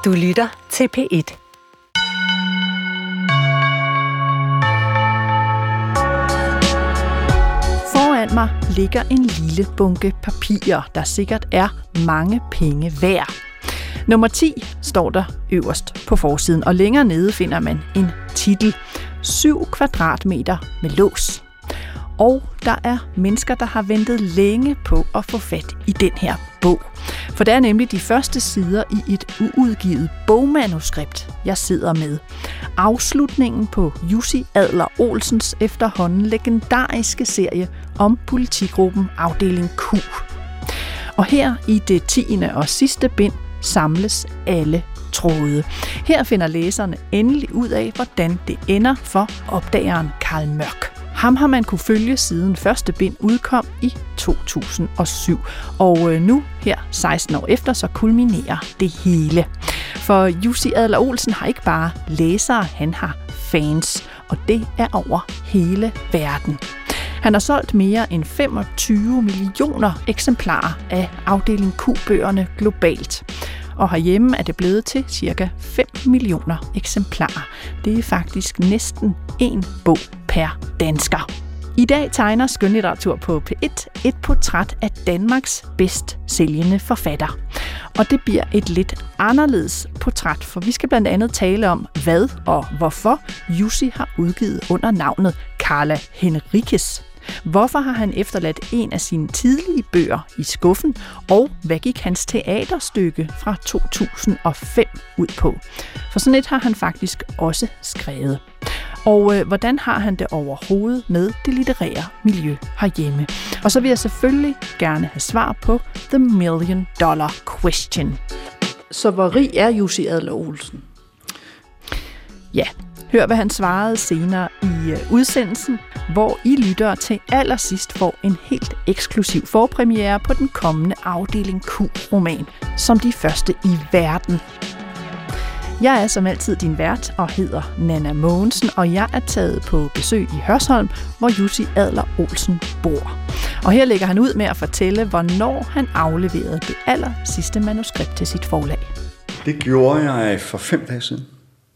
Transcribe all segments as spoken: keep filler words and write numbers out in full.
Du lytter til P et. Foran mig ligger en lille bunke papirer, der sikkert er mange penge værd. Nummer ti står der øverst på forsiden, og længere nede finder man en titel. syv kvadratmeter med lås. Og der er mennesker, der har ventet længe på at få fat i den her bog. For det er nemlig de første sider i et uudgivet bogmanuskript, jeg sidder med. Afslutningen på Jussi Adler-Olsens efterhånden legendariske serie om politigruppen Afdeling Q. Og her i det tiende og sidste bind samles alle tråde. Her finder læserne endelig ud af, hvordan det ender for opdageren Carl Mørck. Ham har man kunne følge siden første bind udkom i to tusind og syv. Og nu, her seksten år efter, så kulminerer det hele. For Jussi Adler-Olsen har ikke bare læsere, han har fans. Og det er over hele verden. Han har solgt mere end femogtyve millioner eksemplarer af Afdeling Q-bøgerne globalt. Og herhjemme er det blevet til cirka fem millioner eksemplarer. Det er faktisk næsten en bog per dansker. I dag tegner skønlitteratur på P et et portræt af Danmarks bedst sælgende forfatter. Og det bliver et lidt anderledes portræt, for vi skal blandt andet tale om, hvad og hvorfor Jussi har udgivet under navnet Karla Henriques. Hvorfor har han efterladt en af sine tidlige bøger i skuffen, og hvad gik hans teaterstykke fra to tusind og fem ud på? For sådan et har han faktisk også skrevet. Og øh, hvordan har han det overhovedet med det litterære miljø herhjemme? Og så vil jeg selvfølgelig gerne have svar på The Million Dollar Question. Så hvor rig er Jussi Adler-Olsen? Ja, hør hvad han svarede senere i øh, udsendelsen, hvor I lytter til allersidst får en helt eksklusiv forpremiere på den kommende Afdeling Q-roman, som de første i verden. Jeg er som altid din vært og hedder Nanna Mogensen, og jeg er taget på besøg i Hørsholm, hvor Jussi Adler-Olsen bor. Og her lægger han ud med at fortælle, hvornår han afleverede det aller sidste manuskript til sit forlag. Det gjorde jeg for fem dage siden.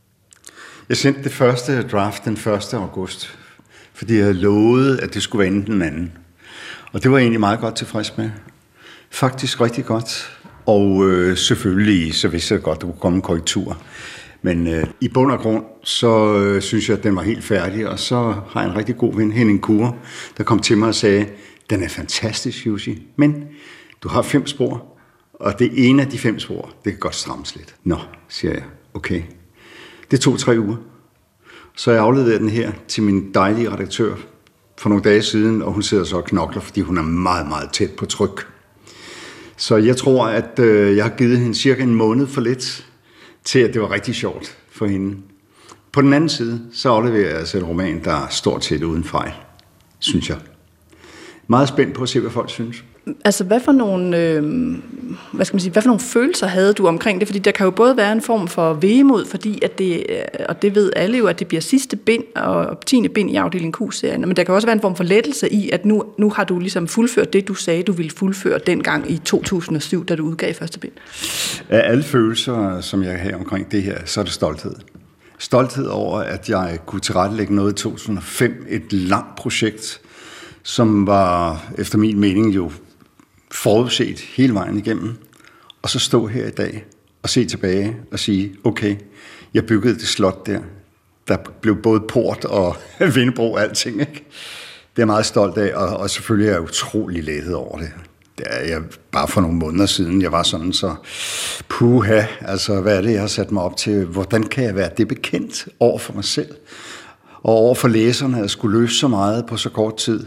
Jeg sendte det første draft den første august, fordi jeg havde lovet, at det skulle være inden den anden. Og det var jeg egentlig meget godt tilfreds med. Faktisk rigtig godt. Og øh, selvfølgelig, så vidste jeg godt, at der kunne komme en korrektur. Men øh, i bund og grund, så øh, synes jeg, at den var helt færdig. Og så har jeg en rigtig god ven, Henning Kure, der kom til mig og sagde, den er fantastisk, Jussi, men du har fem spor, og det ene af de fem spor, det kan godt strammes lidt. Nå, siger jeg, okay. Det tog tre uger. Så jeg afleverede den her til min dejlige redaktør for nogle dage siden, og hun sidder så og knokler, fordi hun er meget, meget tæt på tryk. Så jeg tror, at øh, jeg har givet hende cirka en måned for lidt, til at det var rigtig sjovt for hende. På den anden side, så afleverer jeg altså en roman, der er stort set uden fejl, synes jeg. Meget spændt på at se, hvad folk synes. Altså, hvad for nogle, øh, hvad skal man sige, hvad for nogle følelser havde du omkring det? Fordi der kan jo både være en form for vemod, fordi at det, og det ved alle jo, at det bliver sidste bind og tiende bind i Afdeling Q-serien, men der kan også være en form for lettelse i, at nu, nu har du ligesom fuldført det, du sagde, du ville fuldføre dengang i to tusind og syv, da du udgav første bind. Af alle følelser, som jeg har omkring det her, så er det stolthed. Stolthed over, at jeg kunne tilrettelægge noget i to tusind og fem, et langt projekt, som var efter min mening jo forudset hele vejen igennem, og så stå her i dag og se tilbage og sige, okay, jeg byggede det slot der. Der blev både port og vindbro og alting, ikke? Det er jeg meget stolt af, og, og selvfølgelig er jeg utrolig lettet over det. Det er jeg bare for nogle måneder siden. Jeg var sådan så, puha, altså hvad er det, jeg har sat mig op til? Hvordan kan jeg være det bekendt over for mig selv? Og over for læserne, at jeg skulle løse så meget på så kort tid.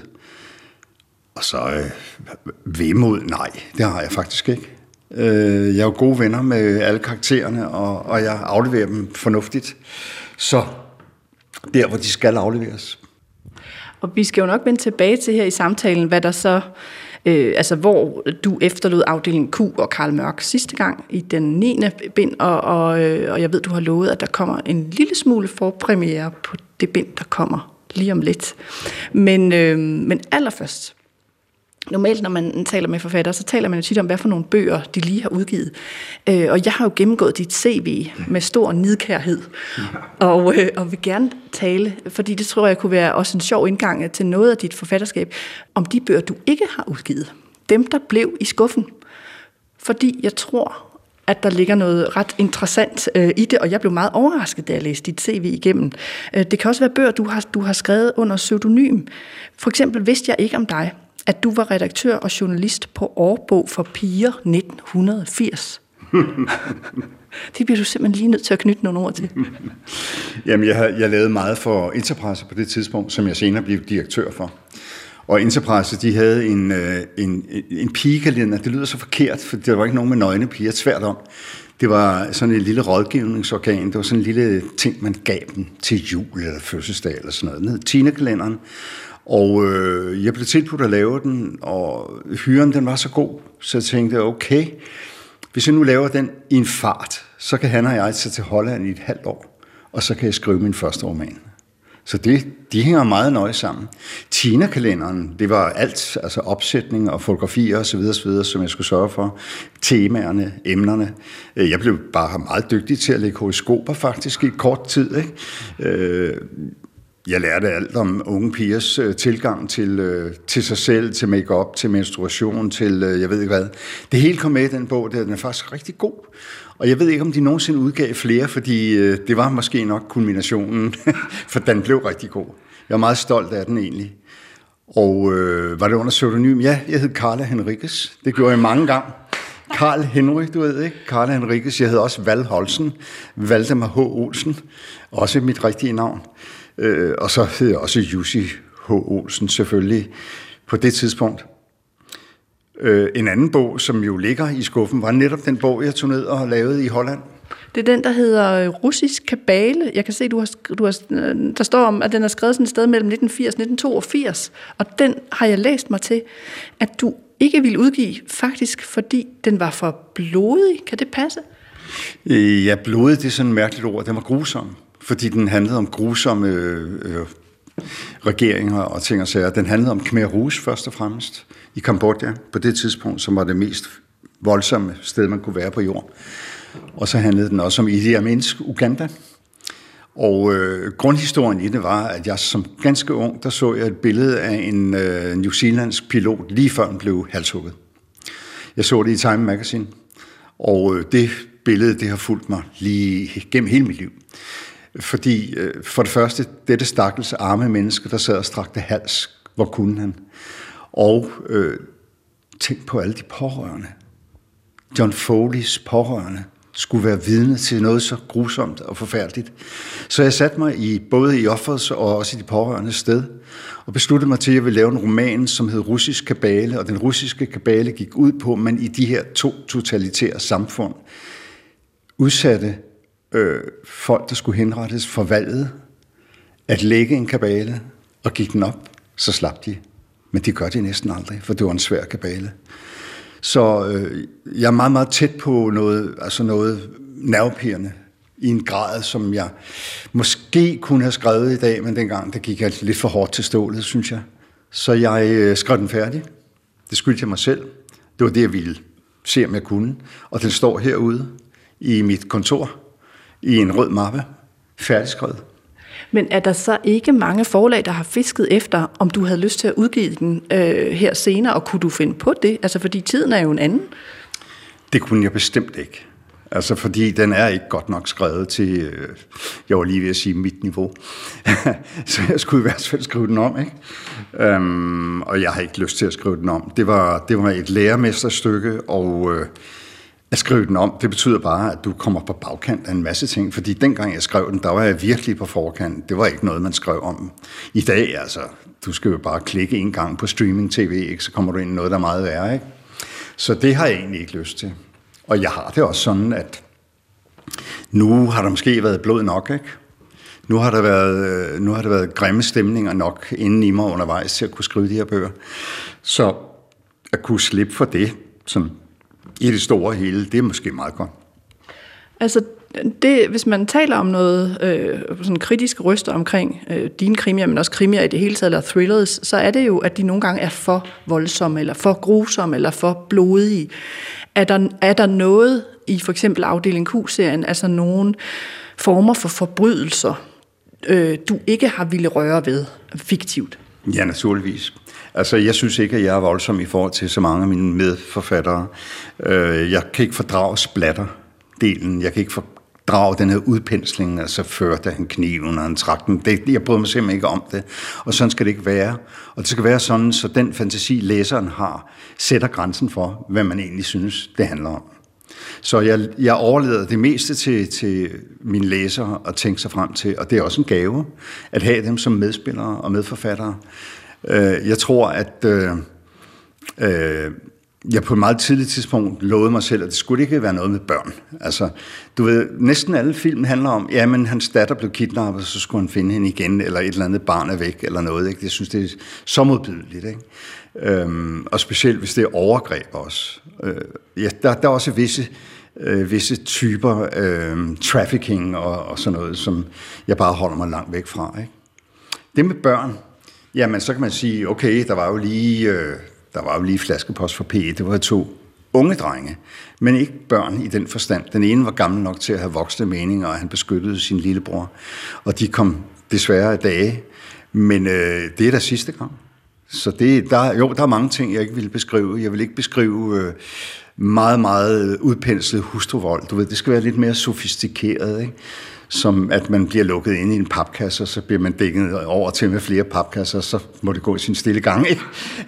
Og så øh, vemod, nej, det har jeg faktisk ikke. Øh, jeg er jo gode venner med alle karaktererne, og, og jeg afleverer dem fornuftigt. Så der, hvor de skal afleveres. Og vi skal jo nok vende tilbage til her i samtalen, hvad der så, øh, altså hvor du efterlod Afdeling Q og Carl Mørck sidste gang i den niende bind, og, og, og jeg ved, du har lovet, at der kommer en lille smule forpremiere på det bind, der kommer lige om lidt. Men, øh, men allerførst, Normalt, når man taler med forfattere, så taler man jo tit om, hvad for nogle bøger de lige har udgivet. Øh, og jeg har jo gennemgået dit C V med stor nidkærhed, og, øh, og vil gerne tale, fordi det tror jeg kunne være også en sjov indgang til noget af dit forfatterskab, om de bøger, du ikke har udgivet. Dem, der blev i skuffen. Fordi jeg tror, at der ligger noget ret interessant øh, i det, og jeg blev meget overrasket, da jeg læste dit C V igennem. Øh, det kan også være bøger, du har, du har skrevet under pseudonym. For eksempel vidste jeg ikke om dig, at du var redaktør og journalist på Årbog for piger nitten firs. Det bliver du simpelthen lige nødt til at knytte nogle ord til. Jamen, jeg, jeg lavede meget for Enterprise på det tidspunkt, som jeg senere blev direktør for. Og Enterprise, de havde en, en, en pigekalender. Det lyder så forkert, for der var ikke nogen med nøgne piger, tværtom. Det var sådan et lille rådgivningsorgan. Det var sådan en lille ting, man gav dem til jul eller fødselsdag eller sådan noget. Den hed Tina-kalenderen. Og øh, jeg blev tilbudt at lave den, og hyren den var så god, så jeg tænkte, okay, hvis jeg nu laver den i en fart, så kan han og jeg tage til Holland i et halvt år, og så kan jeg skrive min første roman. Så det, de hænger meget nøje sammen. Tina-kalenderen, det var alt, altså opsætning og fotografier osv., osv., som jeg skulle sørge for. Temaerne, emnerne. Jeg blev bare meget dygtig til at lægge horoskoper faktisk i kort tid, ikke? Øh, Jeg lærte alt om unge pigers øh, tilgang til, øh, til sig selv, til make-up, til menstruation, til øh, jeg ved ikke hvad. Det hele kom med i den bog, der, den er faktisk rigtig god. Og jeg ved ikke, om de nogensinde udgav flere, fordi øh, det var måske nok kulminationen, for den blev rigtig god. Jeg er meget stolt af den egentlig. Og øh, var det under pseudonym? Ja, jeg hed Carla Henriques. Det gjorde jeg mange gange. Carl Henry, du ved ikke? Carla Henriques. Jeg hed også Val Holsen. Valdemar H. Olsen. Også mit rigtige navn. Øh, og så hed jeg også Jussi H. Olsen selvfølgelig på det tidspunkt. Øh, en anden bog, som jo ligger i skuffen, var netop den bog, jeg tog ned og lavede i Holland. Det er den, der hedder Russisk Kabale. Jeg kan se, du har, du har, der står om, at den er skrevet sådan et sted mellem nitten firs og nitten toogfirs. Og den har jeg læst mig til, at du ikke ville udgive, faktisk fordi den var for blodig. Kan det passe? Øh, ja, blodig, det er sådan et mærkeligt ord. Den var grusom. Fordi den handlede om grusomme øh, regeringer og ting og sager. Den handlede om Khmer Rouge først og fremmest i Kambodja på det tidspunkt, som var det mest voldsomme sted, man kunne være på jorden. Og så handlede den også om Idi Amins Uganda. Og øh, grundhistorien i det var, at jeg som ganske ung, der så jeg et billede af en øh, New Zealandsk pilot, lige før den blev halshugget. Jeg så det i Time Magazine, og øh, det billede, det har fulgt mig lige gennem hele mit liv. Fordi øh, for det første, dette stakkels arme menneske, der sad og strakte hals, hvor kunne han? Og øh, tænk på alle de pårørende. John Foleys pårørende skulle være vidne til noget så grusomt og forfærdeligt. Så jeg satte mig i, både i offerets og også i de pårørendes sted, og besluttede mig til, at jeg ville lave en roman, som hed Russisk Kabale, og den russiske kabale gik ud på, at man i de her to totalitære samfund udsatte øh, folk, der skulle henrettes for valget, at lægge en kabale, og gik den op, så slap de. Men det gør de næsten aldrig, for det var en svær kabale. Så øh, jeg er meget, meget tæt på noget, altså noget nervepirrende i en grad, som jeg måske kunne have skrevet i dag, men dengang der gik jeg lidt for hårdt til stålet, synes jeg. Så jeg øh, skrev den færdig. Det skyldte jeg mig selv. Det var det, jeg ville se, om jeg kunne. Og den står herude i mit kontor i en rød mappe, færdigskrevet. Men er der så ikke mange forlag, der har fisket efter, om du havde lyst til at udgive den øh, her senere, og kunne du finde på det? Altså, fordi tiden er jo en anden. Det kunne jeg bestemt ikke. Altså, fordi den er ikke godt nok skrevet til, øh, jeg var lige ved at sige, mit niveau. Så jeg skulle i hvert fald skrive den om, ikke? Øhm, og jeg har ikke lyst til at skrive den om. Det var, det var et lærermesterstykke, og øh, at skrive den om, det betyder bare, at du kommer på bagkant af en masse ting, fordi dengang jeg skrev den, der var jeg virkelig på forkant. Det var ikke noget, man skrev om. I dag, altså, du skal jo bare klikke en gang på streaming-tv, ikke? Så kommer du ind i noget, der er meget værre, ikke? Så det har jeg egentlig ikke lyst til. Og jeg har det også sådan, at nu har der måske været blod nok, ikke? Nu har der været, nu har der været grimme stemninger nok inden i mig undervejs til at kunne skrive de her bøger. Så at kunne slippe for det, sådan i det store hele, det er måske meget godt. Altså, det, hvis man taler om noget øh, sådan kritiske røster omkring øh, dine krimier, men også krimier i det hele taget, eller thrillers, så er det jo, at de nogle gange er for voldsomme, eller for grusomme, eller for blodige. Er der, er der noget i for eksempel afdeling Q-serien, altså nogle former for forbrydelser, øh, du ikke har ville røre ved fiktivt? Ja, naturligvis. Altså, jeg synes ikke, at jeg er voldsom i forhold til så mange af mine medforfattere. Øh, jeg kan ikke fordrage splatterdelen. Jeg kan ikke fordrage den her udpensling, altså førte han kniven, og han trak den. Det, jeg bryder mig simpelthen ikke om det. Og sådan skal det ikke være. Og det skal være sådan, så den fantasi, læseren har, sætter grænsen for, hvad man egentlig synes, det handler om. Så jeg, jeg overlader det meste til, til mine læsere at tænke sig frem til, og det er også en gave, at have dem som medspillere og medforfattere. Jeg tror, at øh, øh, jeg på et meget tidligt tidspunkt lovede mig selv, at det skulle ikke være noget med børn. Altså, du ved, næsten alle film handler om, ja, men hans datter blev kidnappet, så skulle han finde hende igen, eller et eller andet barn er væk, eller noget. Ikke? Jeg synes, det er så modbydeligt. Ikke? Øhm, og specielt, hvis det er overgreb også. Øh, ja, der, der er også visse, øh, visse typer øh, trafficking og, og sådan noget, som jeg bare holder mig langt væk fra. Ikke? Det med børn, jamen, så kan man sige, okay, der var jo lige, øh, der var jo lige flaskepost for P et. Det var to unge drenge, men ikke børn i den forstand. Den ene var gammel nok til at have voksne meninger, og han beskyttede sin lillebror. Og de kom desværre af dage. Men øh, det er da sidste gang. Så det, der, jo, der er mange ting, jeg ikke vil beskrive. Jeg vil ikke beskrive øh, meget, meget udpenslet hustruvold. Du ved, det skal være lidt mere sofistikeret, ikke? Som at man bliver lukket ind i en papkasse, og så bliver man dækket over til med flere papkasser, så må det gå i sin stille gang. Ikke?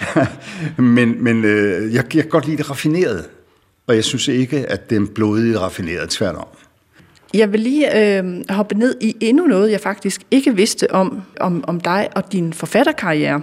men men øh, jeg, jeg kan godt lide det raffineret, og jeg synes ikke, at det er blodigt raffineret, tværtom. Jeg vil lige øh, hoppe ned i endnu noget, jeg faktisk ikke vidste om, om, om dig og din forfatterkarriere.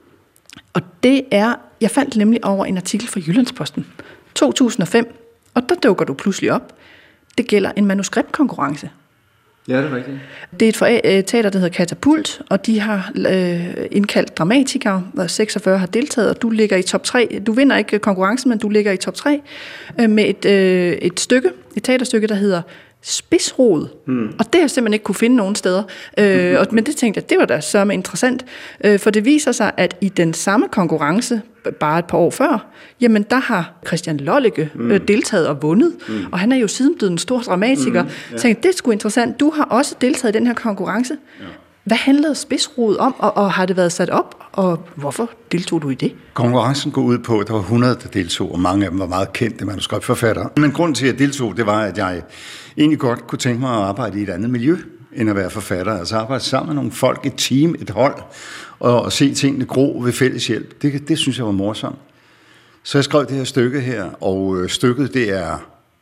Og det er, jeg faldt nemlig over en artikel fra Jyllandsposten to tusind og fem, og der dukker du pludselig op. Det gælder en manuskriptkonkurrence. Ja, det er rigtigt. Det er et teater, der hedder Katapult, og de har øh, indkaldt dramatikere, og seksogfyrre har deltaget, og du ligger i top tre. Du vinder ikke konkurrencen, men du ligger i top tre øh, med et, øh, et stykke, et teaterstykke, der hedder Spidsrod. Hmm. Og det har jeg simpelthen ikke kunne finde nogen steder. Øh, og, men det tænkte jeg, det var da sørme interessant, øh, for det viser sig, at i den samme konkurrence, bare et par år før, jamen der har Christian Lollike mm. øh, deltaget og vundet, mm. og han er jo siden blevet en stor dramatiker. Mm, yeah. Så det er sgu interessant. Du har også deltaget i den her konkurrence. Ja. Hvad handlede Spidsrod om, og, og har det været sat op, og hvorfor deltog du i det? Konkurrencen går ud på, at der var hundrede, der deltog, og mange af dem var meget kendte manuskriptforfattere. Men grunden til, at jeg deltog, det var, at jeg egentlig godt kunne tænke mig at arbejde i et andet miljø, end at være forfatter. Altså arbejde sammen med nogle folk, et team, et hold, og, og se tingene gro ved fælles hjælp. Det, det synes jeg var morsomt. Så jeg skrev det her stykke her, og øh, stykket det er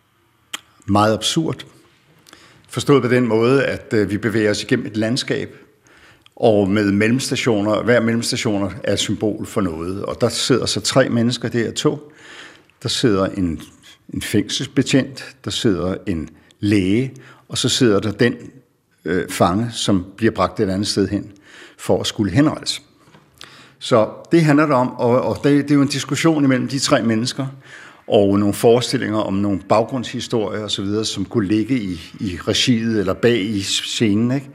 meget absurd. Forstået på den måde, at øh, vi bevæger os igennem et landskab, og med mellemstationer, hver mellemstationer er et symbol for noget. Og der sidder så tre mennesker, det er to. Der sidder en, en fængselsbetjent, der sidder en læge, og så sidder der den øh, fange, som bliver bragt et andet sted hen, for at skulle henrettes. Så det handler det om, og, og det, det er jo en diskussion imellem de tre mennesker, og nogle forestillinger om nogle baggrundshistorier og så videre, som kunne ligge i, i regiet eller bag i scenen, ikke?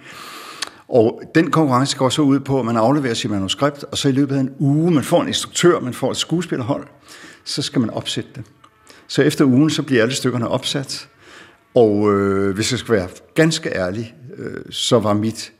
Og den konkurrence går så ud på, at man afleverer sit manuskript, og så i løbet af en uge, man får en instruktør, man får et skuespillerhold, så skal man opsætte det. Så efter ugen, så bliver alle stykkerne opsat, og øh, hvis jeg skal være ganske ærlig, øh, så var mit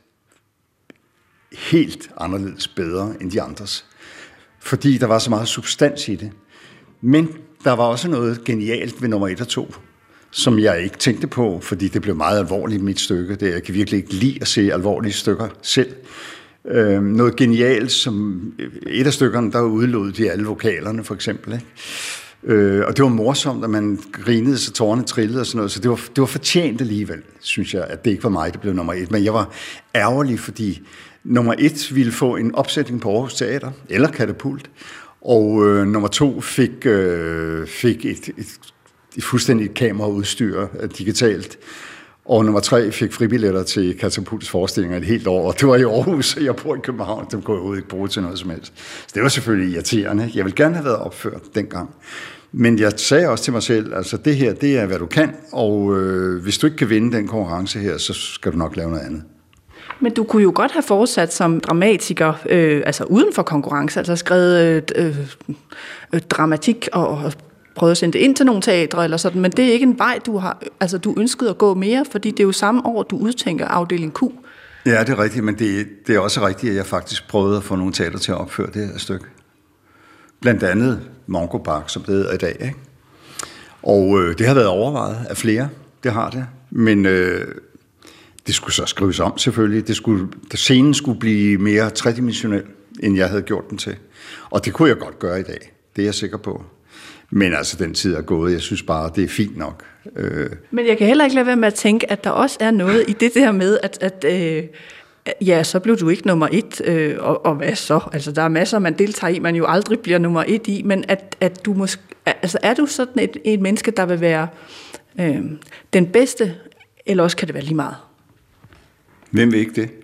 helt anderledes bedre end de andres, fordi der var så meget substans i det. Men der var også noget genialt ved nummer et og to, som jeg ikke tænkte på, fordi det blev meget alvorligt mit stykke. Det, jeg kan virkelig ikke lide at se alvorlige stykker selv. Øh, noget genialt, som et af stykkerne, der udelod de alle vokalerne, for eksempel. Ikke? Øh, og det var morsomt, at man grinede, så tårerne trillede og sådan noget. Så det var, det var fortjent alligevel, synes jeg, at det ikke var mig, der blev nummer et. Men jeg var ærgerlig, fordi nummer et ville få en opsætning på Aarhus Teater, eller Katapult, og øh, nummer to fik, øh, fik et, et, et fuldstændigt kameraudstyr digitalt, og nummer tre fik fribilletter til Katapults forestillinger et helt år, og det var i Aarhus, og jeg bor i København, dem kunne jeg overhovedet ikke bruge til noget som helst. Så det var selvfølgelig irriterende. Jeg ville gerne have været opført dengang. Men jeg sagde også til mig selv, altså det her, det er, hvad du kan, og øh, hvis du ikke kan vinde den konkurrence her, så skal du nok lave noget andet. Men du kunne jo godt have fortsat som dramatiker, øh, altså uden for konkurrence, altså skrevet øh, øh, dramatik og, og prøvet at sende det ind til nogle teatre eller sådan, men det er ikke en vej, du har, altså du ønskede at gå mere, fordi det er jo samme år, du udtænker afdeling Q. Ja, det er rigtigt, men det, det er også rigtigt, at jeg faktisk prøvede at få nogle teater til at opføre det her stykke. Blandt andet Mongo Park, som det hedder i dag, ikke? Og øh, det har været overvejet af flere, det har det, men øh, det skulle så skrives om selvfølgelig. Det skulle, scenen skulle blive mere tredimensionel, end jeg havde gjort den til. Og det kunne jeg godt gøre i dag, det er jeg sikker på. Men altså, den tid er gået. Jeg synes bare, det er fint nok. Øh. Men jeg kan heller ikke lade være med at tænke, at der også er noget i det der med, at, at øh, ja, så blev du ikke nummer et, øh, og, og hvad så? Altså, der er masser, man deltager i, man jo aldrig bliver nummer et i, men at, at du måske, altså, er du sådan et, et menneske, der vil være øh, den bedste, eller også kan det være lige meget? Hvem vil ikke det?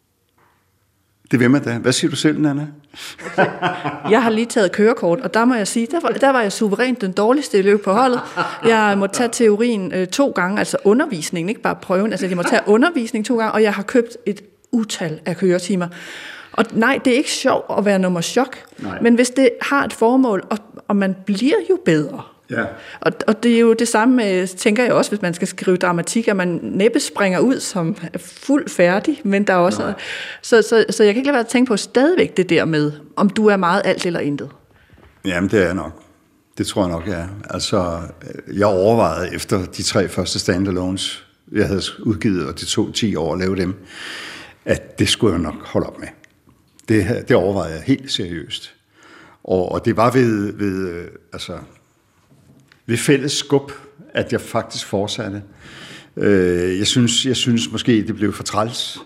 Det vil man da. Hvad siger du selv, Nanna? Jeg har lige taget kørekort, og der må jeg sige, der var, der var jeg suverænt den dårligste elev på holdet. Jeg må tage teorien øh, to gange, altså undervisningen, ikke bare prøven. Altså, jeg må tage undervisning to gange, og jeg har købt et utal af køretimer. Og nej, det er ikke sjovt at være nummer chok, nej. Men hvis det har et formål, og, og man bliver jo bedre. Ja. Og, og det er jo det samme med, tænker jeg også, hvis man skal skrive dramatik, at man næppe springer ud som fuldt færdig, men der er også... Så, så, så jeg kan ikke lade være at tænke på stadigvæk det der med, om du er meget alt eller intet. Jamen, det er jeg nok. Det tror jeg nok, jeg er. Altså, jeg overvejede efter de tre første standalones, jeg havde udgivet, og det tog ti år at lave dem, at det skulle jeg nok holde op med. Det, det overvejede jeg helt seriøst. Og, og det var ved... ved altså, ved fælles skub, at jeg faktisk fortsatte. Jeg synes, jeg synes måske, det blev for træls.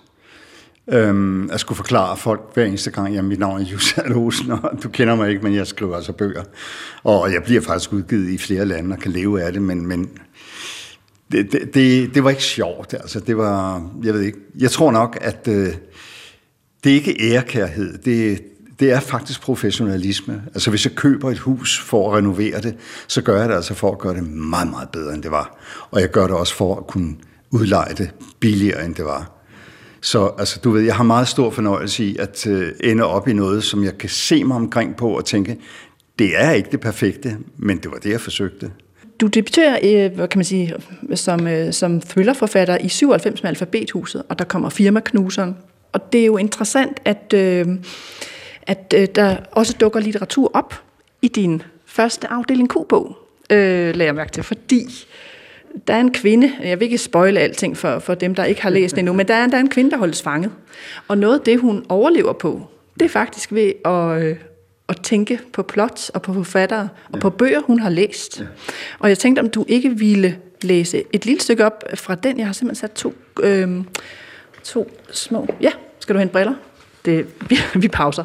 Jeg skulle forklare folk hver eneste gang, at mit navn er Jussi Adler-Olsen, og du kender mig ikke, men jeg skriver altså bøger. Og jeg bliver faktisk udgivet i flere lande og kan leve af det, men, men det, det, det, det var ikke sjovt. Altså, det var, jeg ved ikke, jeg tror nok, at det er ikke ærekærhed, det Det er faktisk professionalisme. Altså hvis jeg køber et hus for at renovere det, så gør jeg det altså for at gøre det meget, meget bedre, end det var. Og jeg gør det også for at kunne udleje det billigere, end det var. Så altså, du ved, jeg har meget stor fornøjelse i at uh, ende op i noget, som jeg kan se mig omkring på og tænke, det er ikke det perfekte, men det var det, jeg forsøgte. Du debuterer, hvad kan man sige, som, som thrillerforfatter i syvoghalvfems med Alfabethuset, og der kommer Firmaknuseren. Og det er jo interessant, at... Øh, at øh, der også dukker litteratur op i din første afdeling Q-bog, øh, lader jeg mærke til, fordi der er en kvinde, jeg vil ikke spoile alting for, for dem, der ikke har læst det endnu, men der er, der er en kvinde, der holdes fanget. Og noget af det, hun overlever på, det er faktisk ved at, øh, at tænke på plots og på forfattere og ja. På bøger, hun har læst. Ja. Og jeg tænkte, om du ikke ville læse et lille stykke op fra den. Jeg har simpelthen sat to, øh, to små... Ja, skal du hente briller? Det, vi, vi pauser.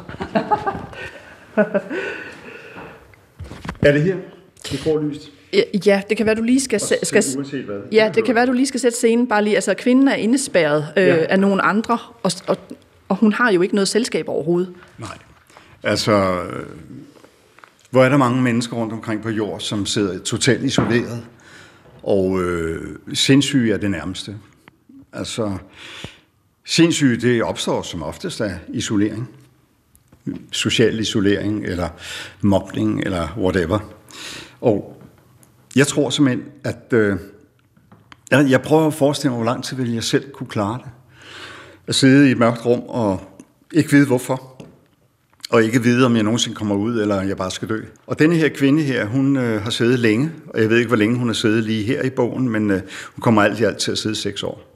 Er det her? Det får lyst. Ja, det kan være, du lige skal... skal, skal ja, det kan være, du lige skal sætte scenen bare lige... Altså, kvinden er indespærret øh, ja. Af nogle andre, og, og, og hun har jo ikke noget selskab overhovedet. Nej. Altså, hvor er der mange mennesker rundt omkring på jord, som sidder totalt isoleret, og øh, sindssyge er det nærmeste. Altså... Sindssyge, det opstår som oftest af isolering. Social isolering, eller mobning, eller whatever. Og jeg tror simpelthen, at... Øh, jeg prøver at forestille mig, hvor lang tid vil jeg selv kunne klare det. At sidde i et mørkt rum og ikke vide hvorfor. Og ikke vide, om jeg nogensinde kommer ud, eller jeg bare skal dø. Og denne her kvinde her, hun øh, har siddet længe. Og jeg ved ikke, hvor længe hun har siddet lige her i bogen, men øh, hun kommer alt i alt til at sidde seks år.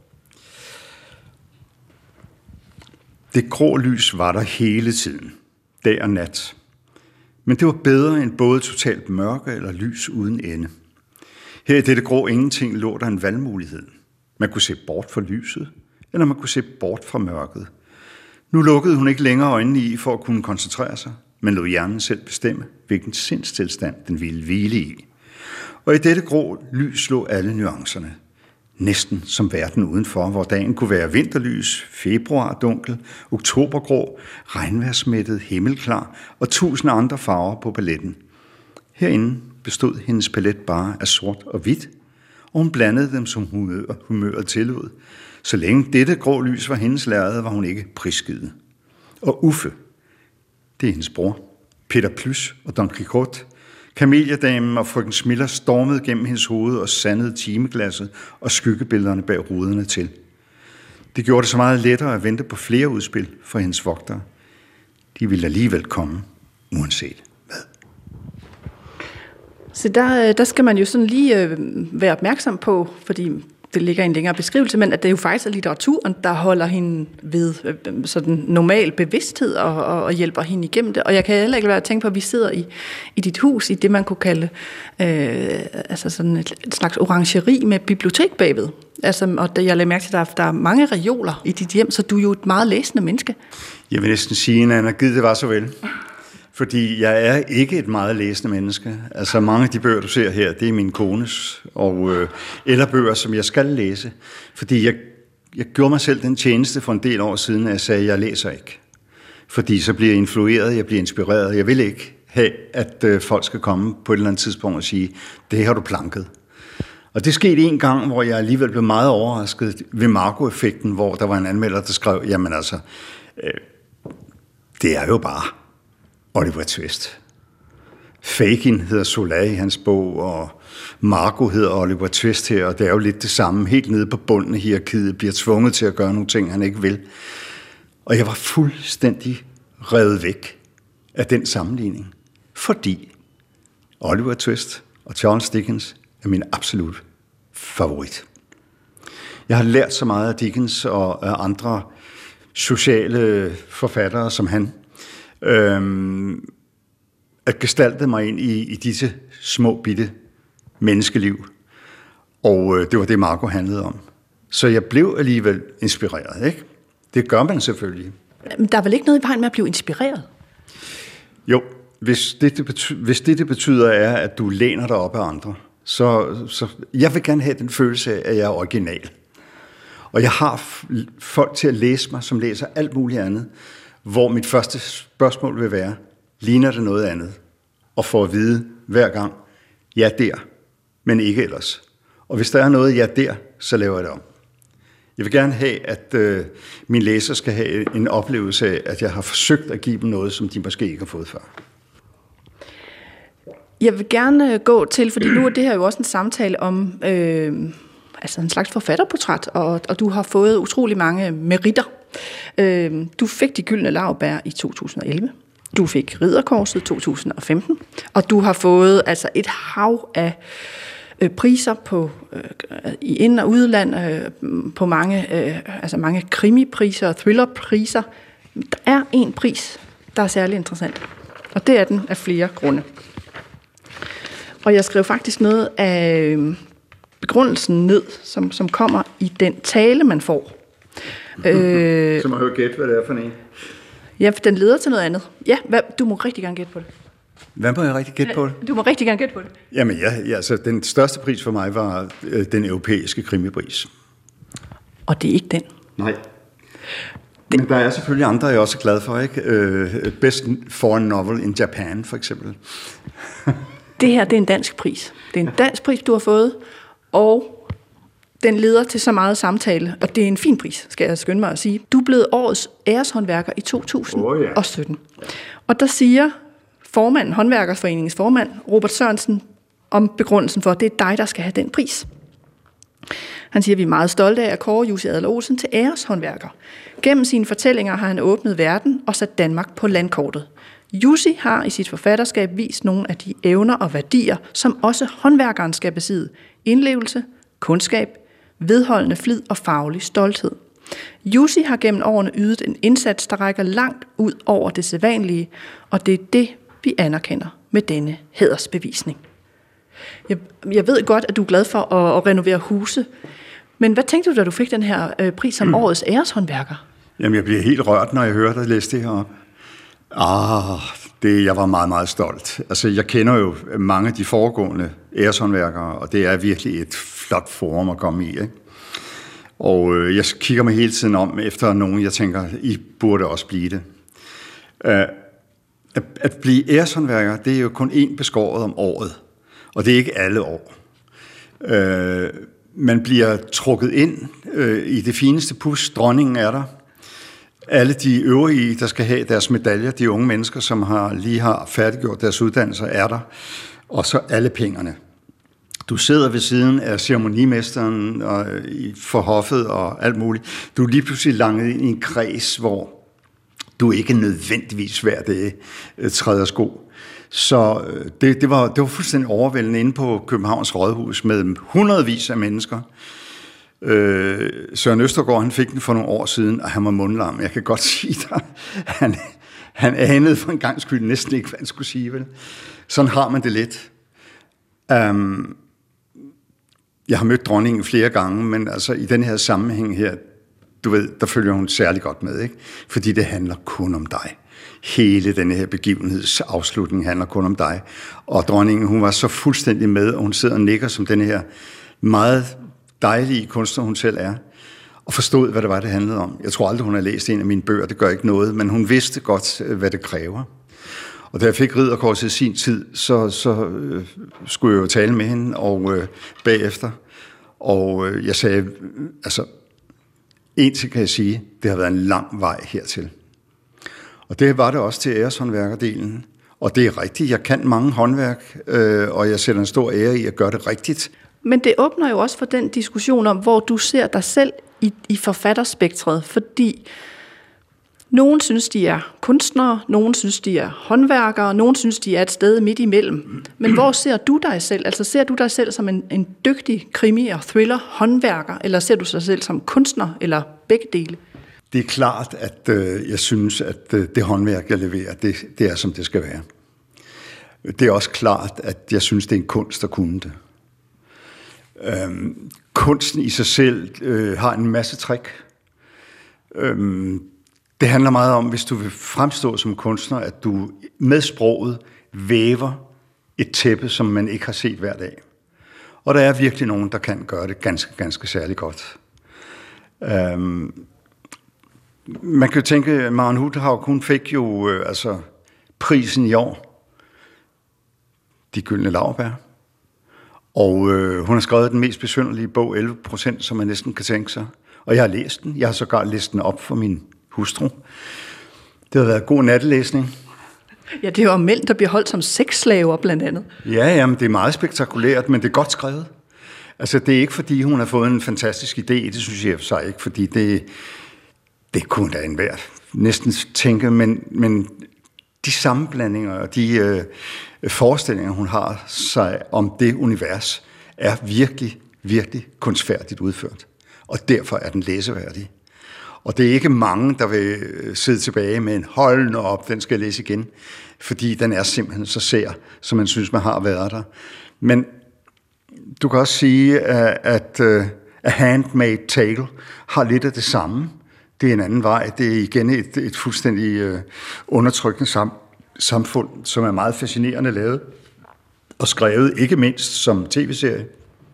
Det grå lys var der hele tiden, dag og nat. Men det var bedre end både totalt mørke eller lys uden ende. Her i dette grå ingenting lå der en valgmulighed. Man kunne se bort fra lyset, eller man kunne se bort fra mørket. Nu lukkede hun ikke længere øjnene i for at kunne koncentrere sig, men lod hjernen selv bestemme, hvilken sindstilstand den ville hvile i. Og i dette grå lys lå alle nuancerne. Næsten som verden udenfor, hvor dagen kunne være vinterlys, februardunkel, oktobergrå, regnvejrsmættet, himmelklar og tusind andre farver på paletten. Herinde bestod hendes palet bare af sort og hvidt, og hun blandede dem, som humør, humøret tillod. Så længe dette grå lys var hendes lærred, var hun ikke prisgivet. Og Uffe, det er hendes bror, Peter Plys og Don Quixote, Kameliadamen og frøken Smiller stormede gennem hendes hoved og sandede timeglasset og skyggebillederne bag ruderne til. Det gjorde det så meget lettere at vente på flere udspil fra hendes vogtere. De ville alligevel komme, uanset hvad. Så der, der skal man jo sådan lige øh, være opmærksom på, fordi det ligger i en længere beskrivelse, men at det jo faktisk er litteraturen, der holder hende ved øh, sådan normal bevidsthed og, og, og hjælper hende igennem det. Og jeg kan heller ikke lade være at tænke på, at vi sidder i, i dit hus, i det man kunne kalde øh, altså sådan et, et slags orangeri med bibliotek bagved. Altså, og jeg lagde mærke til, at der, der er mange reoler i dit hjem, så du er jo et meget læsende menneske. Jeg vil næsten sige, at Anna, gid det var så vel. Fordi jeg er ikke et meget læsende menneske. Altså mange af de bøger, du ser her, det er min kones, og, øh, eller bøger, som jeg skal læse. Fordi jeg, jeg gjorde mig selv den tjeneste for en del år siden, at jeg sagde, at jeg læser ikke. Fordi så bliver jeg influeret, jeg bliver inspireret. Jeg vil ikke have, at øh, folk skal komme på et eller andet tidspunkt og sige, det har du planket. Og det skete en gang, hvor jeg alligevel blev meget overrasket ved Marco-effekten, hvor der var en anmelder, der skrev, jamen altså, øh, det er jo bare Oliver Twist. Fagin hedder Zola i hans bog, og Marco hedder Oliver Twist her, og det er jo lidt det samme. Helt nede på bunden af hierarkiet bliver tvunget til at gøre nogle ting, han ikke vil. Og jeg var fuldstændig revet væk af den sammenligning, fordi Oliver Twist og Charles Dickens er min absolut favorit. Jeg har lært så meget af Dickens og af andre sociale forfattere som han, øhm, at gestalte mig ind i, i disse små, bitte menneskeliv. Og øh, det var det, Marco handlede om. Så jeg blev alligevel inspireret, ikke? Det gør man selvfølgelig. Men der er vel ikke noget i vejen med at blive inspireret? Jo, hvis det, det betyder, hvis det, det betyder er, at du læner dig op af andre, så, så jeg vil gerne have den følelse af, at jeg er original. Og jeg har folk til at læse mig, som læser alt muligt andet, hvor mit første spørgsmål vil være, ligner det noget andet? Og få at vide hver gang, ja der, men ikke ellers. Og hvis der er noget, ja der, så laver jeg det om. Jeg vil gerne have, at øh, min læser skal have en oplevelse af, at jeg har forsøgt at give dem noget, som de måske ikke har fået før. Jeg vil gerne gå til, fordi nu er det her jo også en samtale om øh, altså en slags forfatterportræt, og, og du har fået utrolig mange meritter. Øh, du fik de gyldne laurbær i to tusind og elleve. Du fik Ridderkorset i to tusind og femten, og du har fået altså et hav af øh, priser på øh, i ind- og udland, øh, på mange, øh, altså mange krimipriser og thrillerpriser. Der er en pris, der er særlig interessant, og det er den af flere grunde. Og jeg skrev faktisk noget af begrundelsen ned, som, som kommer i den tale, man får. øh, så må jeg jo gætte, hvad det er for en. Ja, den leder til noget andet. Ja, hvad, du må rigtig gerne gætte på det. Hvad må jeg rigtig gætte på det? Du må rigtig gerne gætte på det. Jamen ja, ja altså, den største pris for mig var øh, den europæiske krimipris. Og det er ikke den? Nej. Det... Men der er selvfølgelig andre, jeg er også glad for, ikke? Øh, Best Foreign Novel in Japan, for eksempel. Det her, det er en dansk pris. Det er en dansk pris, du har fået, og den leder til så meget samtale, og det er en fin pris, skal jeg skynde mig at sige. Du er blevet årets æreshåndværker i to tusind og sytten. Oh, yeah. Og der siger formanden, håndværkerforeningens formand, Robert Sørensen, om begrundelsen for, at det er dig, der skal have den pris. Han siger, at vi er meget stolte af at kåre Jussi Adler-Olsen til æreshåndværker. Gennem sine fortællinger har han åbnet verden og sat Danmark på landkortet. Jussi har i sit forfatterskab vist nogle af de evner og værdier, som også håndværkeren skal besidde. Indlevelse, kundskab, vedholdende flid og faglig stolthed. Jussi har gennem årene ydet en indsats, der rækker langt ud over det sædvanlige, og det er det, vi anerkender med denne hædersbevisning. Jeg, jeg ved godt, at du er glad for at, at renovere huse, men hvad tænkte du, da du fik den her øh, pris som årets æreshåndværker? Jamen, jeg bliver helt rørt, når jeg hører dig læse det her op. Ah, det, jeg var meget, meget stolt. Altså, jeg kender jo mange af de foregående æreshåndværkere, og det er virkelig et flot forum at komme i, ikke? Og øh, jeg kigger mig hele tiden om efter nogen, jeg tænker, I burde også blive det. Uh, at, at blive æreshåndværker, det er jo kun én beskåret om året. Og det er ikke alle år. Øh, man bliver trukket ind øh, i det fineste pus. Dronningen er der. Alle de øvrige, der skal have deres medaljer, de unge mennesker, som har, lige har færdiggjort deres uddannelser, er der. Og så alle pengene. Du sidder ved siden af ceremonimesteren og for hoffet og alt muligt. Du er lige pludselig langet ind i en kreds, hvor du ikke nødvendigvis hver dag træder sko. Så det, det, var, det var fuldstændig overvældende inde på Københavns Rådhus med hundredvis af mennesker. Øh, Søren Østergaard, han fik den for nogle år siden, og han var mundlam. Jeg kan godt sige dig, han, han anede for en gang skyld næsten ikke, hvad han skulle sige. Vel? Sådan har man det lidt. Um, jeg har mødt dronningen flere gange, men altså i den her sammenhæng her, du ved, der følger hun særlig godt med, ikke? Fordi det handler kun om dig. Hele denne her begivenhedsafslutning handler kun om dig. Og dronningen, hun var så fuldstændig med, og hun sidder og nikker som denne her meget dejlige kunstner, hun selv er, og forstod, hvad det var, det handlede om. Jeg tror aldrig, hun har læst en af mine bøger, det gør ikke noget, men hun vidste godt, hvad det kræver. Og da jeg fik ridderkorset i sin tid, så, så øh, skulle jeg jo tale med hende og øh, bagefter. Og øh, jeg sagde, altså, en ting kan jeg sige, det har været en lang vej hertil. Og det var det også til æreshåndværkerdelen. Og det er rigtigt, jeg kan mange håndværk, øh, og jeg sætter en stor ære i at gøre det rigtigt. Men det åbner jo også for den diskussion om, hvor du ser dig selv i, i forfatterspektret, fordi nogen synes, de er kunstnere, nogen synes, de er håndværkere, nogen synes, de er et sted midt imellem. Men hvor ser du dig selv? Altså ser du dig selv som en, en dygtig krimi- og thriller-håndværker, eller ser du dig selv som kunstner, eller begge dele? Det er klart, at øh, jeg synes, at øh, det håndværk, jeg leverer, det, det er, som det skal være. Det er også klart, at jeg synes, det er en kunst at kunne det. Øhm, kunsten i sig selv øh, har en masse trick. Øhm, det handler meget om, hvis du vil fremstå som kunstner, at du med sproget væver et tæppe, som man ikke har set hver dag. Og der er virkelig nogen, der kan gøre det ganske, ganske særlig godt. Øhm, man kan jo tænke, at Maren Huthaug, hun fik jo øh, altså prisen i år, De Gyldne Laurbær. Og øh, hun har skrevet den mest besynderlige bog, elleve procent, som man næsten kan tænke sig. Og jeg har læst den. Jeg har sågar læst den op for min hustru. Det har været god nattelæsning. Ja, det er jo mænd, der bliver holdt som sexslaver, blandt andet. Ja, jamen, det er meget spektakulært, men det er godt skrevet. Altså, det er ikke, fordi hun har fået en fantastisk idé. Det synes jeg for sig ikke, fordi det, det kunne da enhver næsten tænke, men, men de sammenblandinger og de øh, forestillinger, hun har sig om det univers, er virkelig, virkelig kunstfærdigt udført. Og derfor er den læseværdig. Og det er ikke mange, der vil sidde tilbage med en hold nu op, den skal jeg læse igen, fordi den er simpelthen så sær, som man synes, man har været der. Men du kan også sige, at A Handmaid's Tale har lidt af det samme. Det er en anden vej. Det er igen et, et fuldstændig undertrykkende sam, samfund, som er meget fascinerende lavet og skrevet, ikke mindst som tv-serie.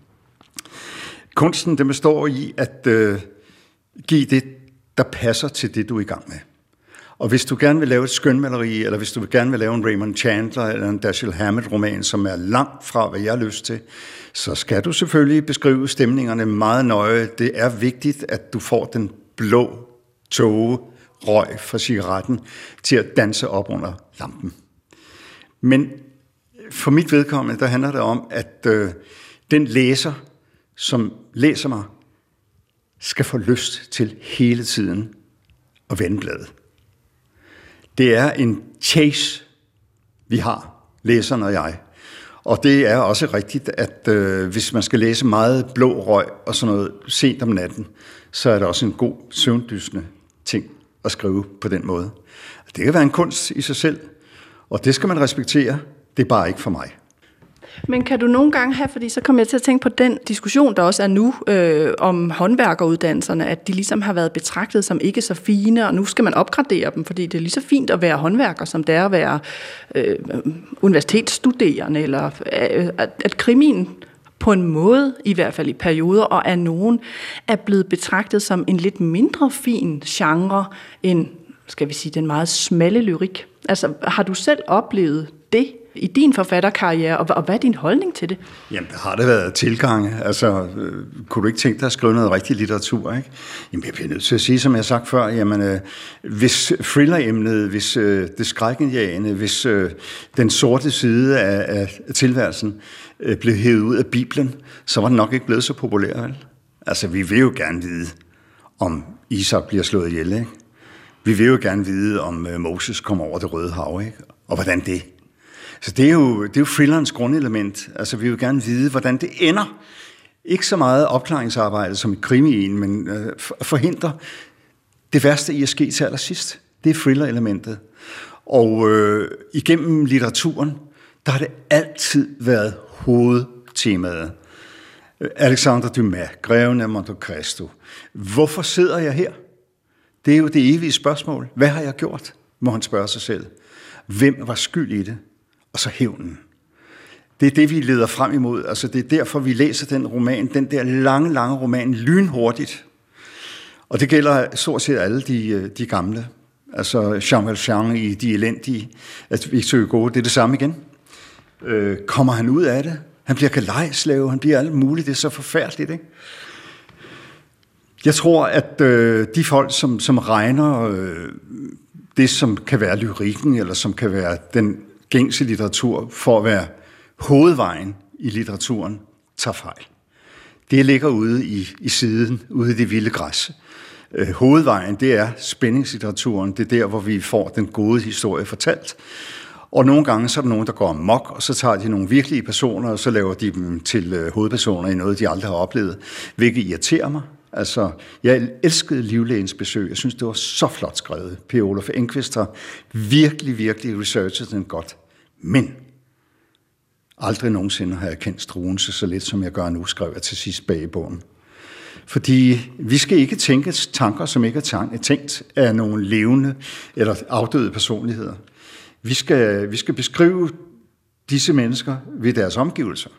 Kunsten, den består i at øh, give det, der passer til det, du er i gang med. Og hvis du gerne vil lave et skønmaleri, eller hvis du gerne vil lave en Raymond Chandler eller en Dashiell Hammett-roman, som er langt fra, hvad jeg har lyst til, så skal du selvfølgelig beskrive stemningerne meget nøje. Det er vigtigt, at du får den blå tåge røg fra cigaretten til at danse op under lampen. Men for mit vedkommende, der handler det om, at øh, den læser, som læser mig, skal få lyst til hele tiden at vende bladet. Det er en chase, vi har, læseren og jeg. Og det er også rigtigt, at øh, hvis man skal læse meget blå røg og sådan noget sent om natten, så er det også en god søvndysende ting at skrive på den måde. Det kan være en kunst i sig selv, og det skal man respektere. Det er bare ikke for mig. Men kan du nogle gange have, fordi så kommer jeg til at tænke på den diskussion, der også er nu øh, om håndværkeruddannelserne, at de ligesom har været betragtet som ikke så fine, og nu skal man opgradere dem, fordi det er lige så fint at være håndværker, som det er at være øh, universitetsstuderende, eller øh, at, at krimien på en måde, i hvert fald i perioder, og af nogen, er blevet betragtet som en lidt mindre fin genre end, skal vi sige, den meget smalle lyrik. Altså, har du selv oplevet det? i din forfatterkarriere, og, og hvad er din holdning til det? Jamen, der har det været tilgange. Altså, øh, kunne du ikke tænke dig at skrive noget rigtig litteratur, ikke? Jamen, jeg bliver nødt til at sige, som jeg har sagt før, jamen, øh, hvis thriller-emnet, hvis øh, det skrækindjagende, hvis øh, den sorte side af, af tilværelsen øh, blev hævet ud af Bibelen, så var den nok ikke blevet så populær, vel? Altså, vi vil jo gerne vide, om Isak bliver slået ihjel, ikke? Vi vil jo gerne vide, om øh, Moses kommer over det Røde Hav, ikke? Og hvordan det. Så det er jo, det er jo thrillerens grundelement. Altså, vi vil gerne vide, hvordan det ender. Ikke så meget opklaringsarbejde som i krimien, men øh, forhindre det værste i at ske til allersidst. Det er thriller-elementet. Og øh, igennem litteraturen, der har det altid været hovedtemaet. Alexandre Dumas, Greven af Monte Cristo. Hvorfor sidder jeg her? Det er jo det evige spørgsmål. Hvad har jeg gjort? Må han spørge sig selv. Hvem var skyld i det? Og så hævnen. Det er det, vi leder frem imod. Altså, det er derfor, vi læser den roman, den der lange, lange roman, lynhurtigt. Og det gælder stort set alle de, de gamle. Altså, Jean Valjean i De Elendige, at Victor Hugo, det er det samme igen. Øh, kommer han ud af det? Han bliver galejslave, han bliver alt muligt. Det er så forfærdeligt, ikke? Jeg tror, at øh, de folk, som, som regner øh, det, som kan være lyrikken, eller som kan være den gængse litteratur, for at være hovedvejen i litteraturen, tager fejl. Det ligger ude i, i siden, ude i det vilde græs. Øh, hovedvejen, det er spændingslitteraturen. Det er der, hvor vi får den gode historie fortalt. Og nogle gange så er der nogen, der går amok, og så tager de nogle virkelige personer, og så laver de dem til øh, hovedpersoner i noget, de aldrig har oplevet, hvilket irriterer mig. Altså, jeg elskede Livlægens besøg. Jeg synes, det var så flot skrevet. Per Olaf Enquist har virkelig, virkelig researchet den godt. Men aldrig nogensinde har jeg kendt Struensee så lidt, som jeg gør nu, skrev jeg til sidst bag i bogen. Fordi vi skal ikke tænke tanker, som ikke er tænkt af nogle levende eller afdøde personligheder. Vi skal, vi skal beskrive disse mennesker ved deres omgivelser.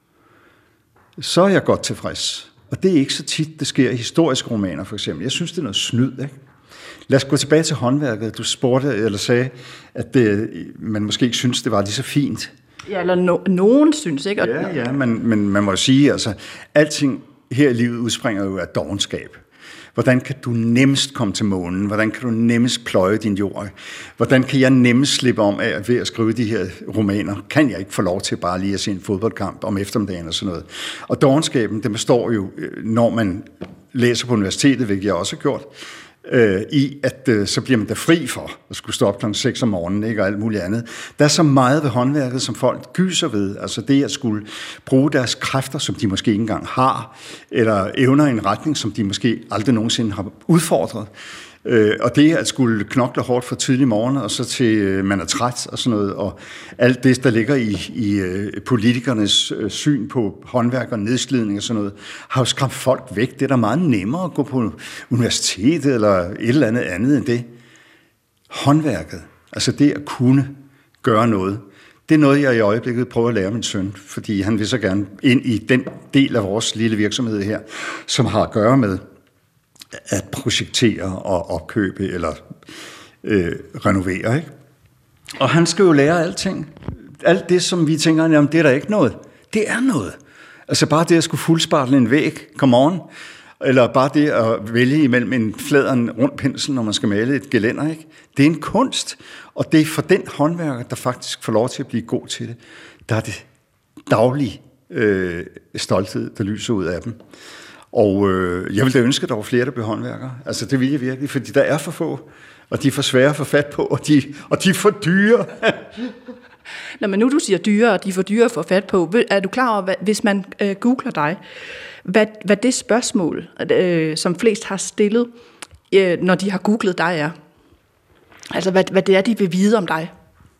Så er jeg godt tilfreds. Og det er ikke så tit, det sker i historiske romaner, for eksempel. Jeg synes, det er noget snyd, ikke? Lad os gå tilbage til håndværket. Du spurgte, eller sagde, at det, man måske ikke synes, det var lige så fint. Ja, eller no- nogen synes, ikke? Ja, ja, men, men man må jo sige, altså, alting her i livet udspringer jo af dovenskab. Hvordan kan du nemmest komme til månen? Hvordan kan du nemmest pløje din jord? Hvordan kan jeg nemmest slippe om af ved at skrive de her romaner? Kan jeg ikke få lov til bare lige at se en fodboldkamp om eftermiddagen og sådan noget? Og dovenskaben, det består jo, når man læser på universitetet, hvilket jeg også har gjort, øh, i at øh, så bliver man da fri for at skulle stå op klokken seks om morgenen, ikke, og alt muligt andet. Der er så meget ved håndværket, som folk gyser ved. Altså det at skulle bruge deres kræfter, som de måske ikke engang har, eller evner i en retning, som de måske aldrig nogensinde har udfordret. Øh, og det at skulle knokle hårdt fra tidlig morgen, og så til øh, man er træt og sådan noget, og alt det, der ligger i, i øh, politikernes øh, syn på håndværk og nedslidning og sådan noget, har jo skræmt folk væk. Det er da meget nemmere at gå på universitetet eller et eller andet andet end det. Håndværket, altså det at kunne gøre noget, det er noget, jeg i øjeblikket prøver at lære min søn, fordi han vil så gerne ind i den del af vores lille virksomhed her, som har at gøre med at projektere og opkøbe eller øh, renovere, ikke? Og han skal jo lære alting. Alt det, som vi tænker, jamen det er der ikke noget. Det er noget. Altså bare det at skulle fuldspartle en væg, come on. Eller bare det at vælge imellem en flad og en rund pensel, når man skal male et gelænder, ikke? Det er en kunst. Og det er for den håndværker, der faktisk får lov til at blive god til det, der er det daglige øh, stolthed, der lyser ud af dem. Og øh, jeg ville da ønske, at der var flere, der blev håndværkere. Altså, det vil jeg virkelig, fordi der er for få, og de er for svære at få fat på, og de, og de er for dyre. Nå, men nu du siger dyre, og de er for dyre at få fat på, er du klar over, hvad, hvis man øh, googler dig, hvad, hvad det spørgsmål, øh, som flest har stillet, øh, når de har googlet dig, er? Altså, hvad, hvad det er, de vil vide om dig?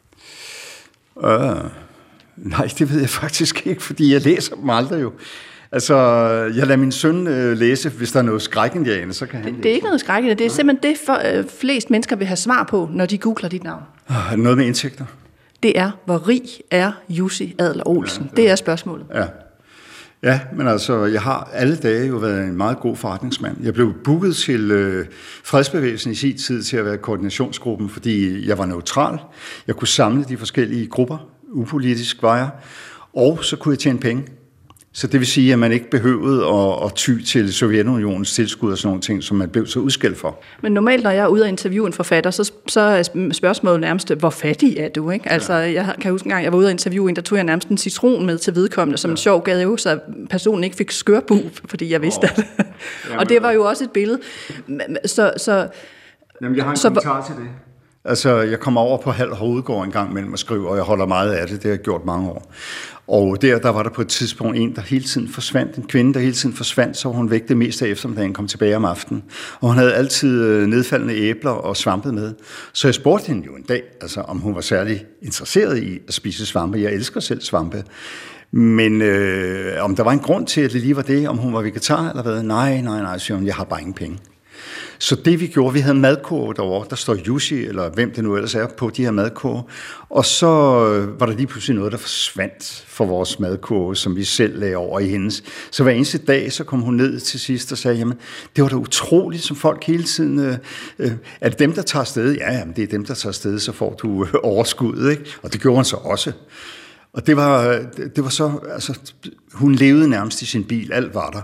Øh, nej, det ved jeg faktisk ikke, fordi jeg læser dem aldrig jo. Altså, jeg lader min søn øh, læse, hvis der er noget skrækindjagende, så kan han det, læse. Det er ikke noget skrækindjagende, det er simpelthen det, for, øh, flest mennesker vil have svar på, når de googler dit navn. Ah, noget med indtægter. Det er, hvor rig er Jussi Adler Olsen? Ja, ja. Det er spørgsmålet. Ja. Ja, men altså, jeg har alle dage jo været en meget god forretningsmand. Jeg blev booket til øh, fredsbevægelsen i sin tid til at være koordinationsgruppen, fordi jeg var neutral. Jeg kunne samle de forskellige grupper upolitisk var jeg, og så kunne jeg tjene penge. Så det vil sige, at man ikke behøvede at, at ty til Sovjetunionens tilskud og sådan nogle ting, som man blev så udskældt for. Men normalt, når jeg er ude og interviewe en forfatter, så, så er spørgsmålet nærmest, hvor fattig er du? Ikke? Altså, jeg kan huske en gang, jeg var ude og interviewe en, der tog jeg nærmest en citron med til vedkommende, som ja. en sjov gave, så personen ikke fik skørbu, fordi jeg vidste oh. det. Og det var jo også et billede. Så, så, Jamen, jeg har en så, kommentar til det. Altså, jeg kommer over på Halv Hovedgård en gang mellem at skrive, og jeg holder meget af det, det har jeg gjort mange år. Og der, der var der på et tidspunkt en, der hele tiden forsvandt, en kvinde, der hele tiden forsvandt, så hun væk det meste af eftermiddagen, kom tilbage om aftenen. Og hun havde altid nedfaldende æbler og svampe med. Så jeg spurgte hende jo en dag, altså, om hun var særlig interesseret i at spise svampe. Jeg elsker selv svampe. Men øh, om der var en grund til, at det lige var det, om hun var vegetar eller hvad? Nej, nej, nej, siger hun, jeg har bare ingen penge. Så det vi gjorde, vi havde madkurve derovre, der står Jussi, eller hvem det nu ellers er, på de her madkurve. Og så var der lige pludselig noget, der forsvandt for vores madkurve, som vi selv lagde over i hendes. Så hver eneste dag, så kom hun ned til sidst og sagde, jamen, det var da utroligt, som folk hele tiden, øh, øh, er det dem, der tager afsted? Ja, jamen, det er dem, der tager afsted, så får du øh, overskud, ikke? Og det gjorde hun så også. Og det var, det var så, altså, hun levede nærmest i sin bil, alt var der.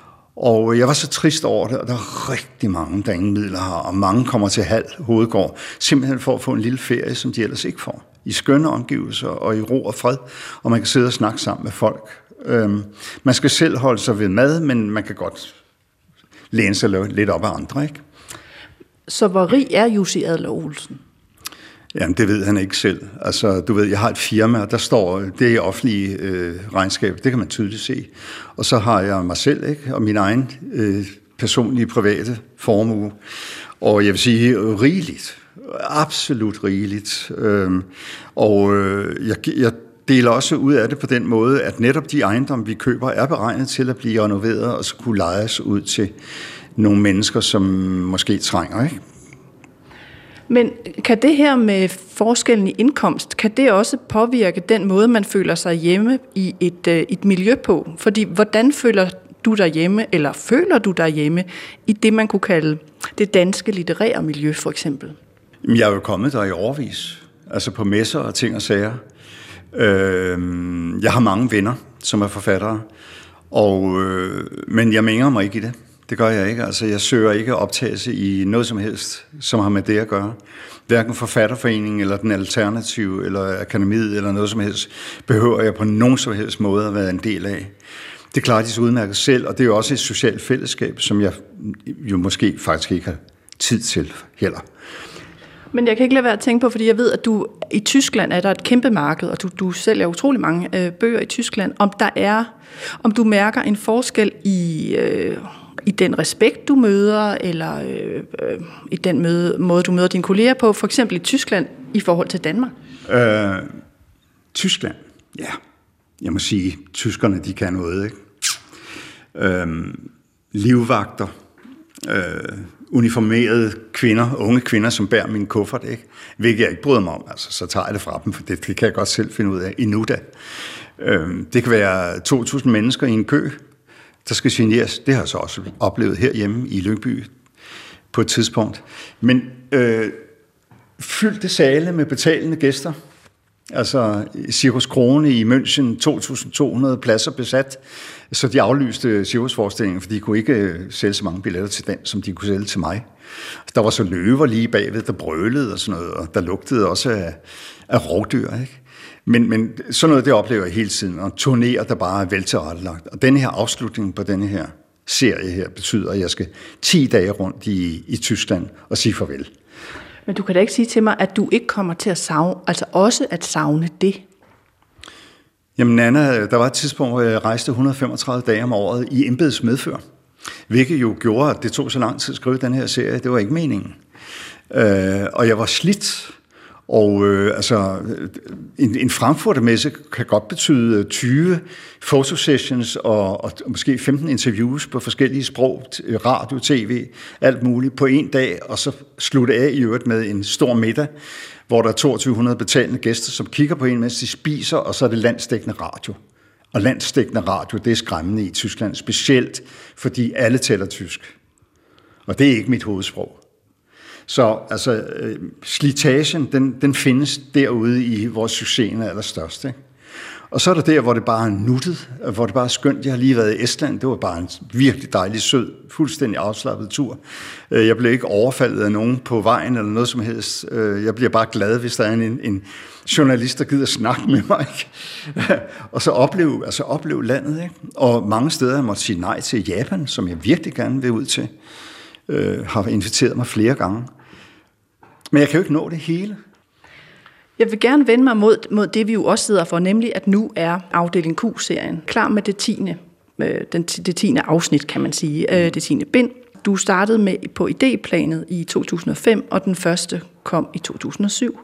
Og jeg var så trist over det, og der er rigtig mange, der ingen midler har, og mange kommer til Halv Hovedgård, simpelthen for at få en lille ferie, som de ellers ikke får. I skønne omgivelser og i ro og fred, og man kan sidde og snakke sammen med folk. Øhm, man skal selv holde sig ved mad, men man kan godt læne sig lidt op af andre, ikke? Så hvor rig er Jussi Adler-Olsen? Jamen, det ved han ikke selv. Altså, du ved, jeg har et firma, og der står, det er offentlige øh, regnskab, det kan man tydeligt se. Og så har jeg mig selv, ikke? Og min egen øh, personlige, private formue. Og jeg vil sige, rigeligt. Absolut rigeligt. Øhm, og øh, jeg, jeg deler også ud af det på den måde, at netop de ejendomme, vi køber, er beregnet til at blive renoveret, og så kunne lejes ud til nogle mennesker, som måske trænger, ikke? Men kan det her med forskellen i indkomst, kan det også påvirke den måde, man føler sig hjemme i et, et miljø på? Fordi hvordan føler du dig hjemme, eller føler du dig hjemme i det, man kunne kalde det danske litterære miljø, for eksempel? Jeg er jo kommet der i årevis, altså på messer og ting og sager. Jeg har mange venner, som er forfattere, og, men jeg mænger mig ikke i det. Det gør jeg ikke. Altså, jeg søger ikke optagelse i noget som helst, som har med det at gøre. Hverken Forfatterforeningen, eller den alternative, eller akademiet, eller noget som helst, behøver jeg på nogen som helst måde at være en del af. Det klarer de så udmærket selv, og det er jo også et socialt fællesskab, som jeg jo måske faktisk ikke har tid til heller. Men jeg kan ikke lade være at tænke på, fordi jeg ved, at du i Tyskland er der et kæmpe marked, og du, du sælger utrolig mange øh, bøger i Tyskland. Om der er, om du mærker en forskel i... Øh, i den respekt, du møder, eller øh, øh, i den møde, måde, du møder dine kolleger på, for eksempel i Tyskland, i forhold til Danmark? Øh, Tyskland? Ja. Jeg må sige, tyskerne, de kan noget, ikke? Øh, livvagter, øh, uniformerede kvinder, unge kvinder, som bærer min kuffert, ikke? Hvilket jeg ikke bryder mig om, altså, så tager jeg det fra dem, for det, det kan jeg godt selv finde ud af, endnu da. Øh, det kan være to tusind mennesker i en kø, der skal signeres. Det har jeg så også oplevet herhjemme i Lyngby på et tidspunkt. Men øh, fyldte sale med betalende gæster. Altså Cirkus Krone i München, to tusind to hundrede pladser besat, så de aflyste cirkusforestillingen, for de kunne ikke sælge så mange billetter til den, som de kunne sælge til mig. Der var så løver lige bagved, der brølede og sådan noget, og der lugtede også af, af rovdyr, ikke? Men, men sådan noget, det oplever jeg hele tiden, og turnéer, der bare er veltilrettelagt. Og denne her afslutning på denne her serie her, betyder, at jeg skal ti dage rundt i, i Tyskland og sige farvel. Men du kan da ikke sige til mig, at du ikke kommer til at savne, altså også at savne det? Jamen Anna, der var et tidspunkt, hvor jeg rejste et hundrede og femogtredive dage om året i embeds medfør. Hvilket jo gjorde, at det tog så lang tid at skrive den her serie. Det var ikke meningen. Øh, og jeg var slidt. Og øh, altså, en, en Frankfurter-messe kan godt betyde tyve fotosessions og, og måske femten interviews på forskellige sprog, radio, tv, alt muligt på en dag, og så slutte af i øvrigt med en stor middag, hvor der er toogtyve hundrede betalende gæster, som kigger på en, mens de spiser, og så er det landsdækkende radio. Og landsdækkende radio, det er skræmmende i Tyskland, specielt fordi alle taler tysk. Og det er ikke mit hovedsprog. Så altså, øh, slitagen, den, den findes derude i vores succesen er allerstørst, ikke? Og så er der der, hvor det bare er nuttet, hvor det bare er skønt. Jeg har lige været i Estland, det var bare en virkelig dejlig, sød, fuldstændig afslappet tur. Jeg blev ikke overfaldet af nogen på vejen eller noget som helst. Jeg bliver bare glad, hvis der er en, en journalist, der gider snakke med mig. Ikke? Og så opleve, altså opleve landet. Ikke? Og mange steder jeg måtte sige nej til. Japan, som jeg virkelig gerne vil ud til, øh, har inviteret mig flere gange. Men jeg kan jo ikke nå det hele. Jeg vil gerne vende mig mod, mod det, vi jo også sidder for, nemlig at nu er afdeling Q-serien klar med det tiende, den, det tiende afsnit, kan man sige, det tiende bind. Du startede med på idéplanet i to tusind og fem, og den første kom i to tusind og syv.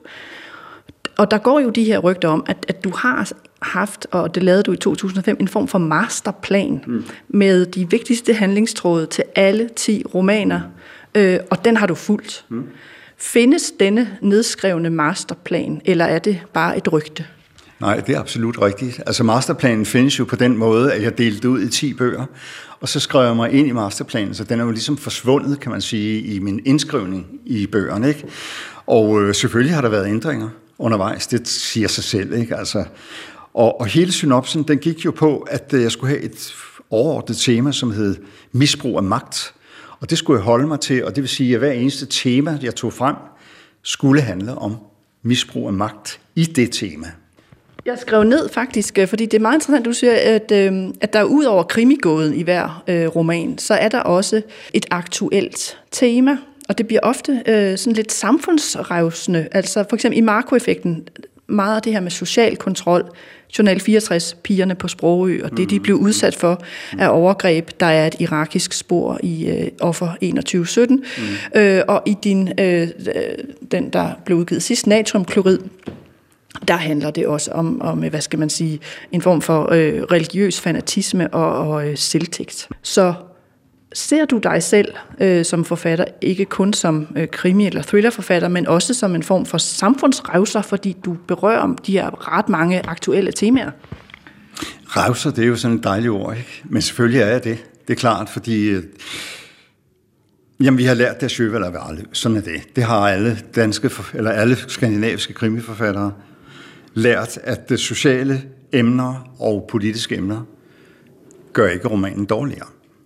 Og der går jo de her rygter om, at, at du har haft, og det lavede du i to tusind og fem, en form for masterplan mm. med de vigtigste handlingstråde til alle ti romaner, øh, og den har du fulgt. Mm. Findes denne nedskrevne masterplan, eller er det bare et rygte? Nej, det er absolut rigtigt. Altså masterplanen findes jo på den måde, at jeg delte ud i ti bøger, og så skrev jeg mig ind i masterplanen, så den er jo ligesom forsvundet, kan man sige, i min indskrivning i bøgerne, ikke? Og øh, selvfølgelig har der været ændringer undervejs, det siger sig selv, ikke? Altså, og, og hele synopsen, den gik jo på, at jeg skulle have et overordnet tema, som hed misbrug af magt. Og det skulle jeg holde mig til, og det vil sige, at hver eneste tema, jeg tog frem, skulle handle om misbrug af magt i det tema. Jeg skrev ned faktisk, fordi det er meget interessant, du siger, at, at der ud over krimigåden i hver øh, roman, så er der også et aktuelt tema, og det bliver ofte øh, sådan lidt samfundsrevsende. Altså for eksempel i Marco-effekten, meget af det her med social kontrol, Journal fireogtres, pigerne på Sprogø, og det, de blev udsat for af overgreb. Der er et irakisk spor i øh, Offer enogtyve sytten, mm. øh, og i din, øh, den, der blev udgivet sidst, Natriumklorid, der handler det også om, om, hvad skal man sige, en form for øh, religiøs fanatisme og, og øh, selvtægt. Så ser du dig selv øh, som forfatter, ikke kun som øh, krimi- eller thrillerforfatter, men også som en form for samfundsrevser, fordi du berører de her ret mange aktuelle temaer? Revser, det er jo sådan et dejligt ord, ikke? Men selvfølgelig er jeg det. Det er klart, fordi øh, jamen, vi har lært det af Sjöwall og Wahlöö. Sådan er det. Det har alle danske, eller alle skandinaviske krimiforfattere lært, at det sociale emner og politiske emner gør ikke romanen dårligere.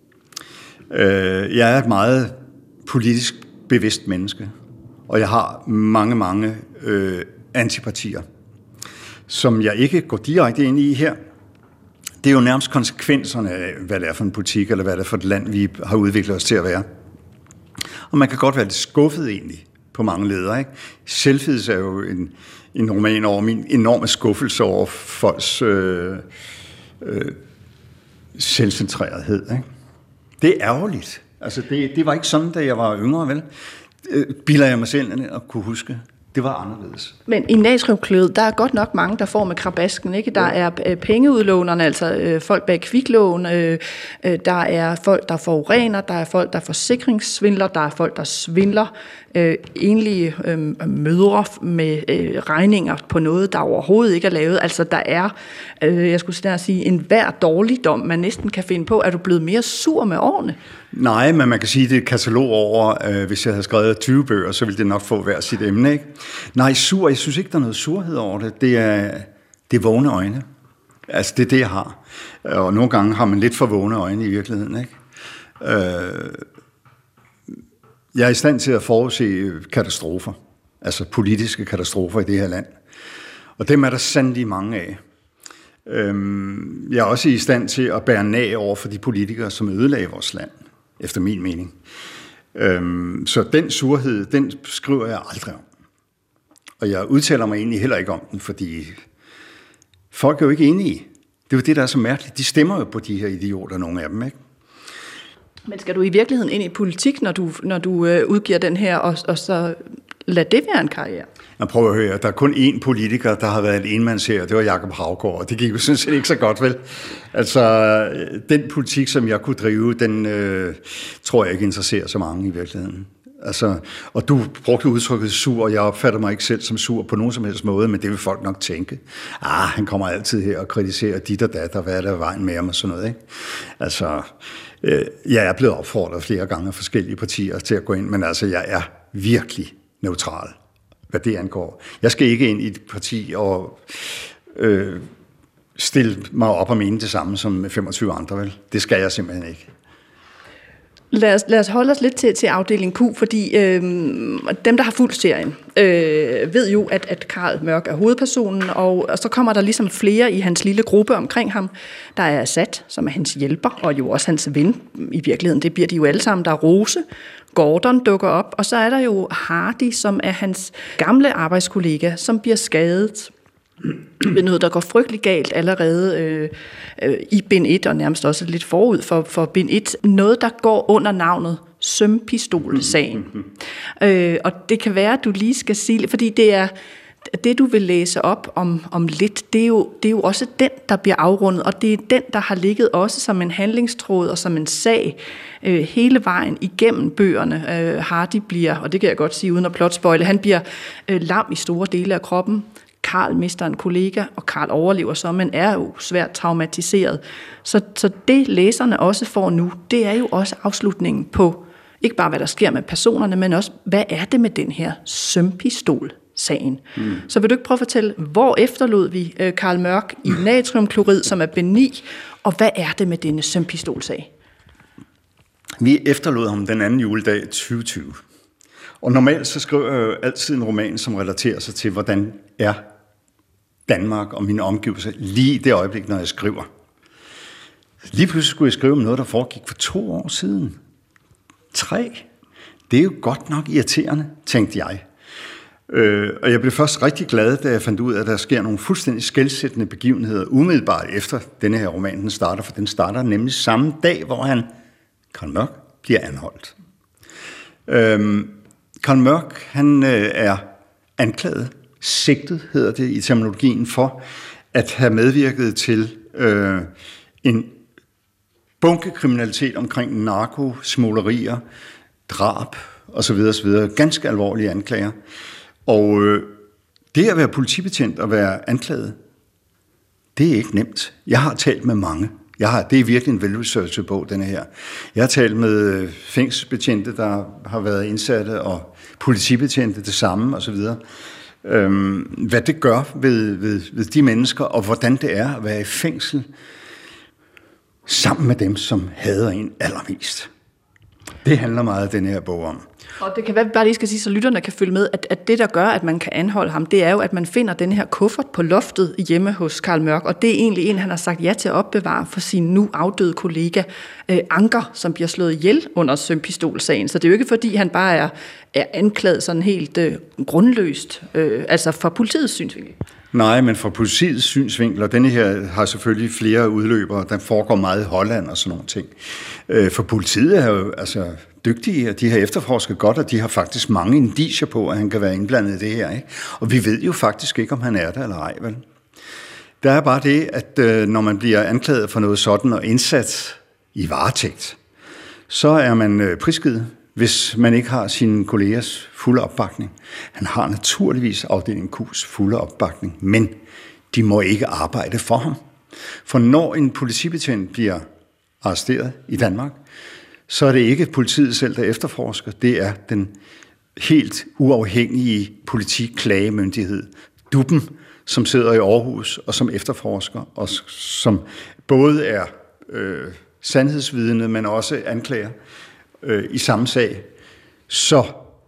Jeg er et meget politisk bevidst menneske, og jeg har mange, mange øh, antipatier, som jeg ikke går direkte ind i her. Det er jo nærmest konsekvenserne af, hvad det er for en politik, eller hvad det er for et land, vi har udviklet os til at være. Og man kan godt være lidt skuffet egentlig på mange ledere, ikke? Selvfeds er jo en, en roman over min enorme skuffelse over folks øh, øh, selvcentrerethed, ikke? Det er ærgerligt. Altså, det, det var ikke sådan, da jeg var yngre, vel? Bilder jeg mig selv at kunne huske. Det var anderledes. Men i Natriumklorid, der er godt nok mange, der får med krabasken, ikke? Der ja. er pengeudlånerne, altså øh, folk bag kviklån, øh, øh, der er folk, der forurener, der er folk, der forsikringssvindler, der er folk, der svindler, øh, enlige øh, mødre med øh, regninger på noget, der overhovedet ikke er lavet. Altså, der er, øh, jeg skulle snart sige, en hver dårligdom, man næsten kan finde på. Er du blevet mere sur med årene? Nej, men man kan sige, at det er et katalog over, øh, hvis jeg havde skrevet tyve bøger, så ville det nok få hver sit emne, ikke? Nej, sur, jeg synes ikke, der er noget surhed over det. Det er, det er vågne øjne. Altså, det er det, jeg har. Og nogle gange har man lidt for vågne øjne i virkeligheden, ikke? Øh, jeg er i stand til at forudse katastrofer. Altså politiske katastrofer i det her land. Og dem er der sandelig mange af. Øh, jeg er også i stand til at bære nag over for de politikere, som ødelagde vores land, efter min mening. Øh, så den surhed, den skriver jeg aldrig om. Og jeg udtaler mig egentlig heller ikke om den, fordi folk er jo ikke enige. Det er jo det, der er så mærkeligt. De stemmer jo på de her idioter, nogle af dem, ikke? Men skal du i virkeligheden ind i politik, når du, når du øh, udgiver den her, og, og så lad det være en karriere? Jeg prøver at høre, der er kun én politiker, der har været en enmandsher, det var Jacob Haugaard, og det gik jo sådan set ikke så godt, vel? Altså, den politik, som jeg kunne drive, den øh, tror jeg ikke interesserer så mange i virkeligheden. Altså, og du brugte udtrykket sur, og jeg opfatter mig ikke selv som sur på nogen som helst måde, men det vil folk nok tænke. Ah, han kommer altid her og kritiserer dit og dat, og hvad er der vejen med ham og sådan noget, ikke? Altså, øh, jeg er blevet opfordret flere gange af forskellige partier til at gå ind, men altså, jeg er virkelig neutral, hvad det angår. Jeg skal ikke ind i et parti og øh, stille mig op og mene det samme som femogtyve andre, vel? Det skal jeg simpelthen ikke. Lad os, lad os holde os lidt til, til afdeling Q, fordi øh, dem, der har fulgt serien, øh, ved jo, at, at Carl Mørck er hovedpersonen, og, og så kommer der ligesom flere i hans lille gruppe omkring ham. Der er Assad, som er hans hjælper, og jo også hans ven i virkeligheden. Det bliver de jo alle sammen. Der er Rose, Gordon dukker op, og så er der jo Hardy, som er hans gamle arbejdskollega, som bliver skadet ved noget, der går frygtelig galt allerede øh, øh, i bind et, og nærmest også lidt forud for, for bind et. Noget, der går under navnet Sømpistol-sagen. øh, og det kan være, at du lige skal sige, fordi det er det, du vil læse op om, om lidt, det er, jo, det er jo også den, der bliver afrundet, og det er den, der har ligget også som en handlingstråd og som en sag øh, hele vejen igennem bøgerne. Øh, Hardy bliver, og det kan jeg godt sige uden at plotspoile, han bliver øh, lam i store dele af kroppen. Carl mister en kollega, og Carl overlever så, men er jo svært traumatiseret. Så, så det læserne også får nu, det er jo også afslutningen på, ikke bare hvad der sker med personerne, men også, hvad er det med den her sømpistol-sagen? Mm. Så vil du ikke prøve at fortælle, hvor efterlod vi øh, Carl Mørck i natriumklorid, som er B ni, og hvad er det med denne sømpistol-sag? Vi efterlod ham den anden juledag tyve tyve. Og normalt så skriver jeg jo altid en roman, som relaterer sig til, hvordan er Danmark og mine omgivelser lige i det øjeblik, når jeg skriver. Lige pludselig skulle jeg skrive om noget, der foregik for to år siden. Tre. Det er jo godt nok irriterende, tænkte jeg. Øh, og jeg blev først rigtig glad, da jeg fandt ud af, at der sker nogle fuldstændig skelsættende begivenheder umiddelbart efter denne her roman, den starter, for den starter nemlig samme dag, hvor han, Carl Mørck, bliver anholdt. Øh, Carl Mørck, han øh, er anklaget, sigtet hedder det i terminologien, for at have medvirket til øh, en bunkekriminalitet omkring narkosmuglerier, drab osv. osv. Ganske alvorlige anklager. Og øh, det at være politibetjent og være anklaget, det er ikke nemt. Jeg har talt med mange. Jeg har, det er virkelig en velresearchet bog, denne her. Jeg har talt med fængselsbetjente, der har været indsatte, og politibetjente det samme osv. Øhm, hvad det gør ved, ved, ved de mennesker, og hvordan det er at være i fængsel sammen med dem, som hader en allermest. Det handler meget af den her bog om. Og det kan være, bare lige skal sige, så lytterne kan følge med, at, at det, der gør, at man kan anholde ham, det er jo, at man finder den her kuffert på loftet hjemme hos Carl Mørck, og det er egentlig en, han har sagt ja til at opbevare for sin nu afdøde kollega øh, Anker, som bliver slået ihjel under sømpistolsagen. Så det er jo ikke, fordi han bare er, er anklaget sådan helt øh, grundløst, øh, altså fra politiets synsvinkel. Nej, men fra politiets synsvinkel, og denne her har selvfølgelig flere udløbere, der foregår meget i Holland og sådan nogle ting. Øh, for politiet er jo altså dygtige, og de har efterforsket godt, og de har faktisk mange indicier på, at han kan være indblandet i det her. Ikke? Og vi ved jo faktisk ikke, om han er der eller ej, vel? Der er bare det, at øh, når man bliver anklaget for noget sådan og indsat i varetægt, så er man øh, prisgivet, hvis man ikke har sine kollegers fulde opbakning. Han har naturligvis afdeling Q's fulde opbakning, men de må ikke arbejde for ham. For når en politibetjent bliver arresteret i Danmark, så er det ikke politiet selv, der efterforsker. Det er den helt uafhængige politiklagemyndighed, D U B'en, som sidder i Aarhus og som efterforsker, og som både er øh, sandhedsvidne, men også anklager øh, i samme sag. Så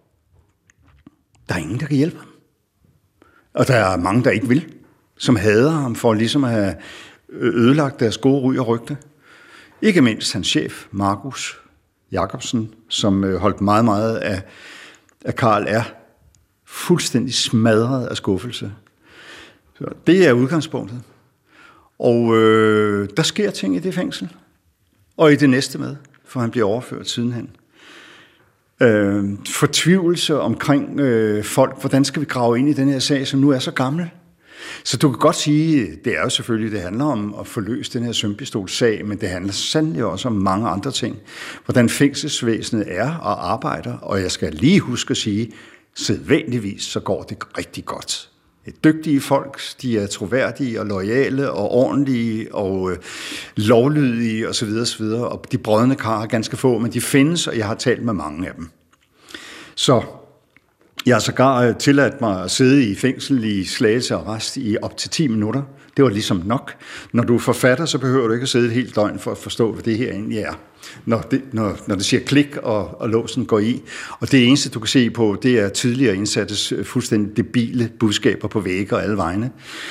der er ingen, der kan hjælpe ham. Og der er mange, der ikke vil, som hader ham for ligesom at have ødelagt deres gode ry og rygte. Ikke mindst hans chef, Markus Jacobsen, som øh, holdt meget, meget af, af Carl, er fuldstændig smadret af skuffelse. Så det er udgangspunktet. Og øh, der sker ting i det fængsel, og i det næste med, for han bliver overført sidenhen. Øh, fortvivlelse omkring øh, folk, hvordan skal vi grave ind i den her sag, som nu er så gammel? Så du kan godt sige, det er jo selvfølgelig, det handler om at få løst den her sømpistolsag, men det handler sandelig også om mange andre ting. Hvordan fængselsvæsenet er og arbejder, og jeg skal lige huske at sige, sædvanligvis så går det rigtig godt. Dygtige folk, de er troværdige og loyale og ordentlige og øh, lovlydige osv. osv. Og de brødne kar er ganske få, men de findes, og jeg har talt med mange af dem. Så Jeg har sågar tilladt mig at sidde i fængsel i Slagelse arrest i op til ti minutter. Det var ligesom nok. Når du er forfatter, så behøver du ikke at sidde et helt døgn for at forstå, hvad det her egentlig er. Når det, når, når det siger klik, og, og låsen går i. Og det eneste, du kan se på, det er tidligere indsattes fuldstændig debile budskaber på vægge og alle vegne.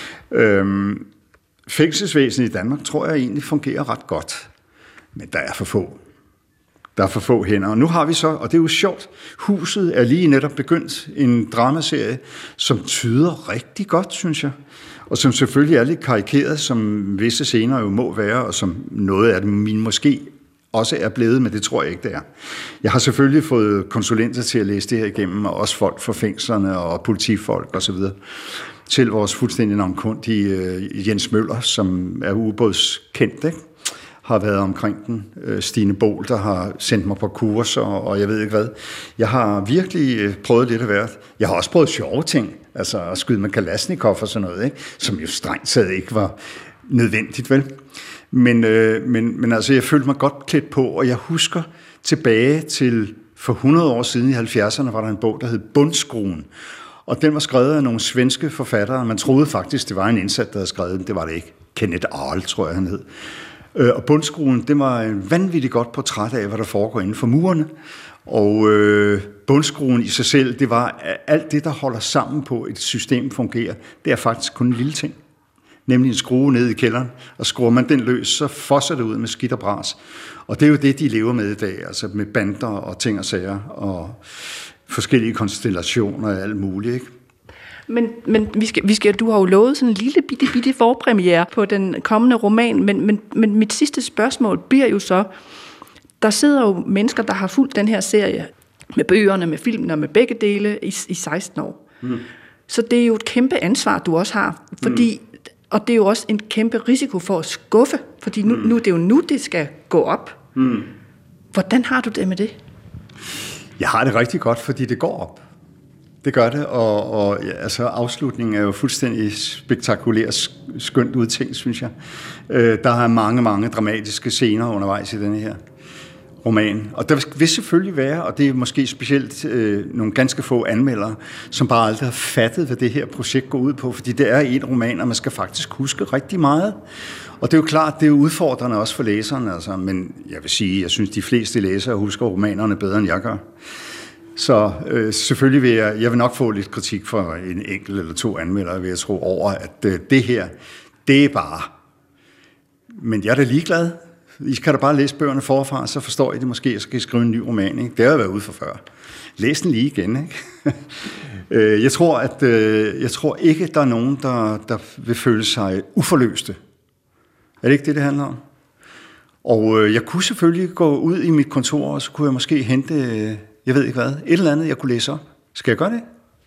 Øhm, fængselsvæsenet i Danmark, tror jeg egentlig fungerer ret godt. Men der er for få. Der er for få hænder. Og nu har vi så, og det er jo sjovt, Huset er lige netop begyndt en dramaserie, som tyder rigtig godt, synes jeg. Og som selvfølgelig er lidt karikeret, som visse scener jo må være, og som noget af det min måske også er blevet, men det tror jeg ikke, det er. Jeg har selvfølgelig fået konsulenter til at læse det her igennem, og også folk fra fængslerne og politifolk osv. Til vores fuldstændig navnkundige Jens Møller, som er ubådskendt, ikke? Har været omkring den. Stine Bohl, der har sendt mig på kurser, og jeg ved ikke hvad. Jeg har virkelig prøvet lidt af hvert. Jeg har også prøvet sjove ting, altså at skyde med Kalashnikov og sådan noget, ikke? Som jo strengt taget ikke var nødvendigt, vel? Men, øh, men, men altså, jeg følte mig godt klædt på, og jeg husker tilbage til for hundrede år siden i halvfjerdserne, var der en bog, der hed Bundskruen. Og den var skrevet af nogle svenske forfattere. Man troede faktisk, det var en indsat, der havde skrevet den. Det var det ikke. Kenneth Ahl, tror jeg, han hed. Og Bundskruen, det var en vanvittigt godt portræt af, hvad der foregår inden for murene. Og øh, Bundskruen i sig selv, det var alt det, der holder sammen på et system fungerer. Det er faktisk kun en lille ting. Nemlig en skrue ned i kælderen, og skruer man den løs, så fosser det ud med skidt og bras. Og det er jo det, de lever med i dag, altså med bander og ting og sager, og forskellige konstellationer og alt muligt, ikke? Men, men vi skal, vi skal, du har jo lovet sådan en lille bitte, bitte forpremiere på den kommende roman, men, men, men mit sidste spørgsmål bliver jo så, der sidder jo mennesker, der har fulgt den her serie med bøgerne, med filmene og med begge dele i, i seksten år. Mm. Så det er jo et kæmpe ansvar, du også har, fordi, mm. og det er jo også en kæmpe risiko for at skuffe, fordi nu, mm. nu det er jo nu, det skal gå op. Mm. Hvordan har du det med det? Jeg har det rigtig godt, fordi det går op. Det gør det, og, og ja, altså, afslutningen er jo fuldstændig spektakulært skønt udtænkt, synes jeg. Øh, der er mange, mange dramatiske scener undervejs i denne her roman. Og der vil selvfølgelig være, og det er måske specielt øh, nogle ganske få anmeldere, som bare aldrig har fattet, hvad det her projekt går ud på, fordi det er en roman, og man skal faktisk huske rigtig meget. Og det er jo klart, det er udfordrende også for læserne, altså, men jeg vil sige, jeg synes, de fleste læsere husker romanerne bedre, end jeg gør. Så øh, selvfølgelig vil jeg, jeg vil nok få lidt kritik fra en enkelt eller to anmeldere, vil jeg tro, over, at øh, det her, det er bare. Men jeg er da ligeglad. I kan da bare læse bøgerne forfra, så forstår I det måske, så kan I skrive en ny roman, ikke? Det har jeg været ude for før. Læs den lige igen, ikke? øh, jeg, tror, at, øh, jeg tror ikke, der er nogen, der, der vil føle sig uforløste. Er det ikke det, det handler om? Og øh, jeg kunne selvfølgelig gå ud i mit kontor, og så kunne jeg måske hente... Øh, Jeg ved ikke hvad. Et eller andet, jeg kunne læse op. Skal jeg gøre det?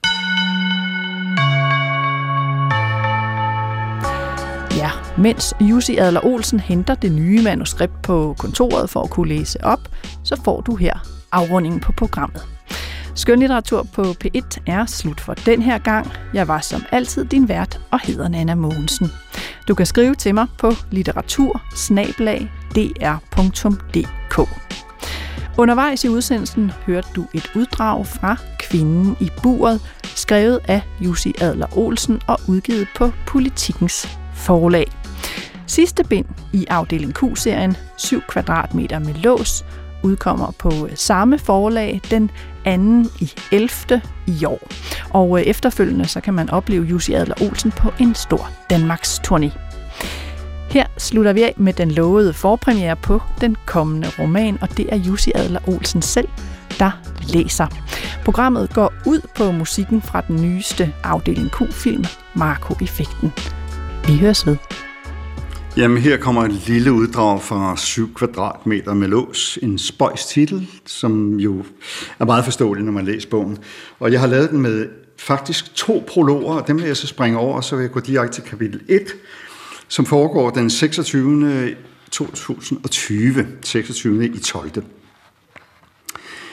Ja, mens Jussi Adler-Olsen henter det nye manuskript på kontoret for at kunne læse op, så får du her afrundingen på programmet. Skønlitteratur på P et er slut for den her gang. Jeg var som altid din vært og hedder Nanna Mogensen. Du kan skrive til mig på litteratur bindestreg d r punktum d k. Undervejs i udsendelsen hørte du et uddrag fra Kvinden i buret, skrevet af Jussi Adler-Olsen og udgivet på Politikens forlag. Sidste bind i afdeling Q-serien, syv kvadratmeter med lås, udkommer på samme forlag den anden i ellevte i år. Og efterfølgende så kan man opleve Jussi Adler-Olsen på en stor Danmarks turné. Her slutter vi af med den lovede forpremiere på den kommende roman, og det er Jussi Adler-Olsen selv, der læser. Programmet går ud på musikken fra den nyeste afdeling Q-film, Marco-effekten. Vi høres ved. Jamen, her kommer et lille uddrag fra syv kvadratmeter med lås. En spøjs titel, som jo er meget forståelig, når man læser bogen. Og jeg har lavet den med faktisk to prologer, og dem vil jeg så springe over, og så vil jeg gå direkte til kapitel et, som foregår den seksogtyvende to tusind og tyve, seksogtyvende i tolvte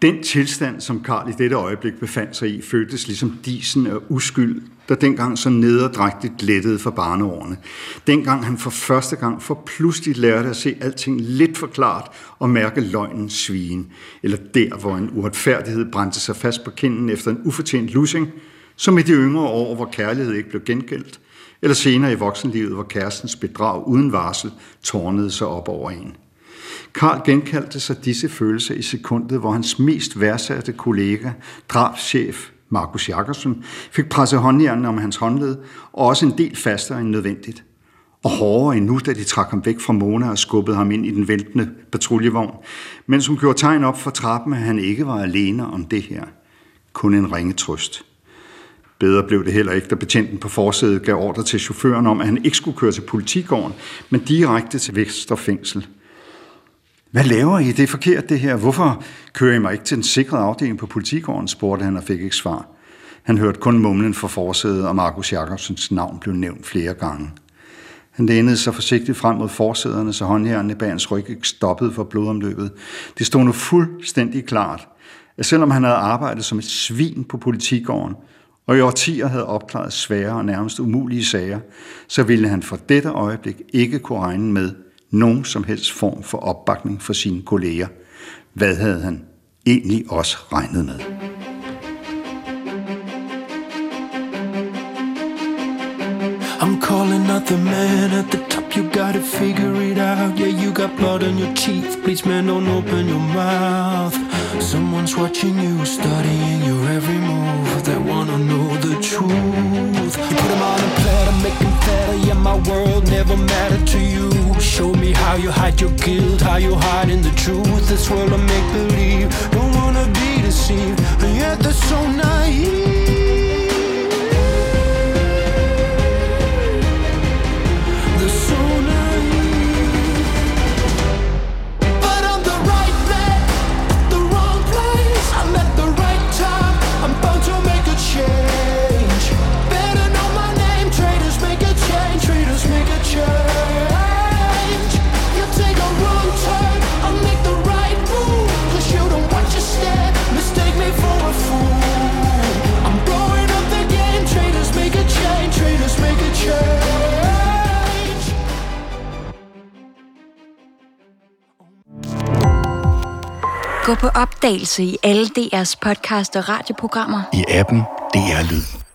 Den tilstand, som Karl i dette øjeblik befandt sig i, føltes ligesom disen af uskyld, der dengang så nederdrægtigt lettede for barneårene. Dengang han for første gang for pludselig lærte at se alting lidt for klart og mærke løgnens svien. Eller der, hvor en uretfærdighed brændte sig fast på kinden efter en ufortjent lussing, som i de yngre år, hvor kærlighed ikke blev gengældt, eller senere i voksenlivet, hvor kærestens bedrag uden varsel tårnede sig op over en. Karl genkaldte sig disse følelser i sekundet, hvor hans mest værdsatte kollega, drabschef Markus Jacobsen, fik presset håndjernen om hans håndled, og også en del fastere end nødvendigt. Og hårdere endnu, da de trak ham væk fra Mona og skubbede ham ind i den væltende patruljevogn, mens hun gjorde tegn op for trappen, at han ikke var alene om det her. Kun en ringe trøst. Bedre blev det heller ikke, da betjenten på forsædet gav ordre til chaufføren om, at han ikke skulle køre til politigården, men direkte til Vestre Fængsel. Hvad laver I? Det er forkert det her. Hvorfor kører I mig ikke til den sikrede afdeling på politigården, spurgte han og fik ikke svar. Han hørte kun mumlen fra forsædet, og Markus Jacobsens navn blev nævnt flere gange. Han lænede sig forsigtigt frem mod forsæderne, så håndjernene bag hans ryg ikke stoppede for blodomløbet. Det stod nu fuldstændig klart, at selvom han havde arbejdet som et svin på politigården, og i årtier havde opklaret svære og nærmest umulige sager, så ville han for dette øjeblik ikke kunne regne med nogen som helst form for opbakning for sine kolleger. Hvad havde han egentlig også regnet med? I'm calling out the man at the top, you gotta figure it out. Yeah, you got blood on your teeth, please man, don't open your mouth. Someone's watching you, studying your every move. They wanna know the truth. You put them on a platter, make them fatter. Yeah, my world never mattered to you. Show me how you hide your guilt, how you hide in the truth. This world of make-believe, don't wanna be deceived, and yet they're so naive. Gå på opdagelse i alle D R's podcast og radioprogrammer. I appen D R Lyd.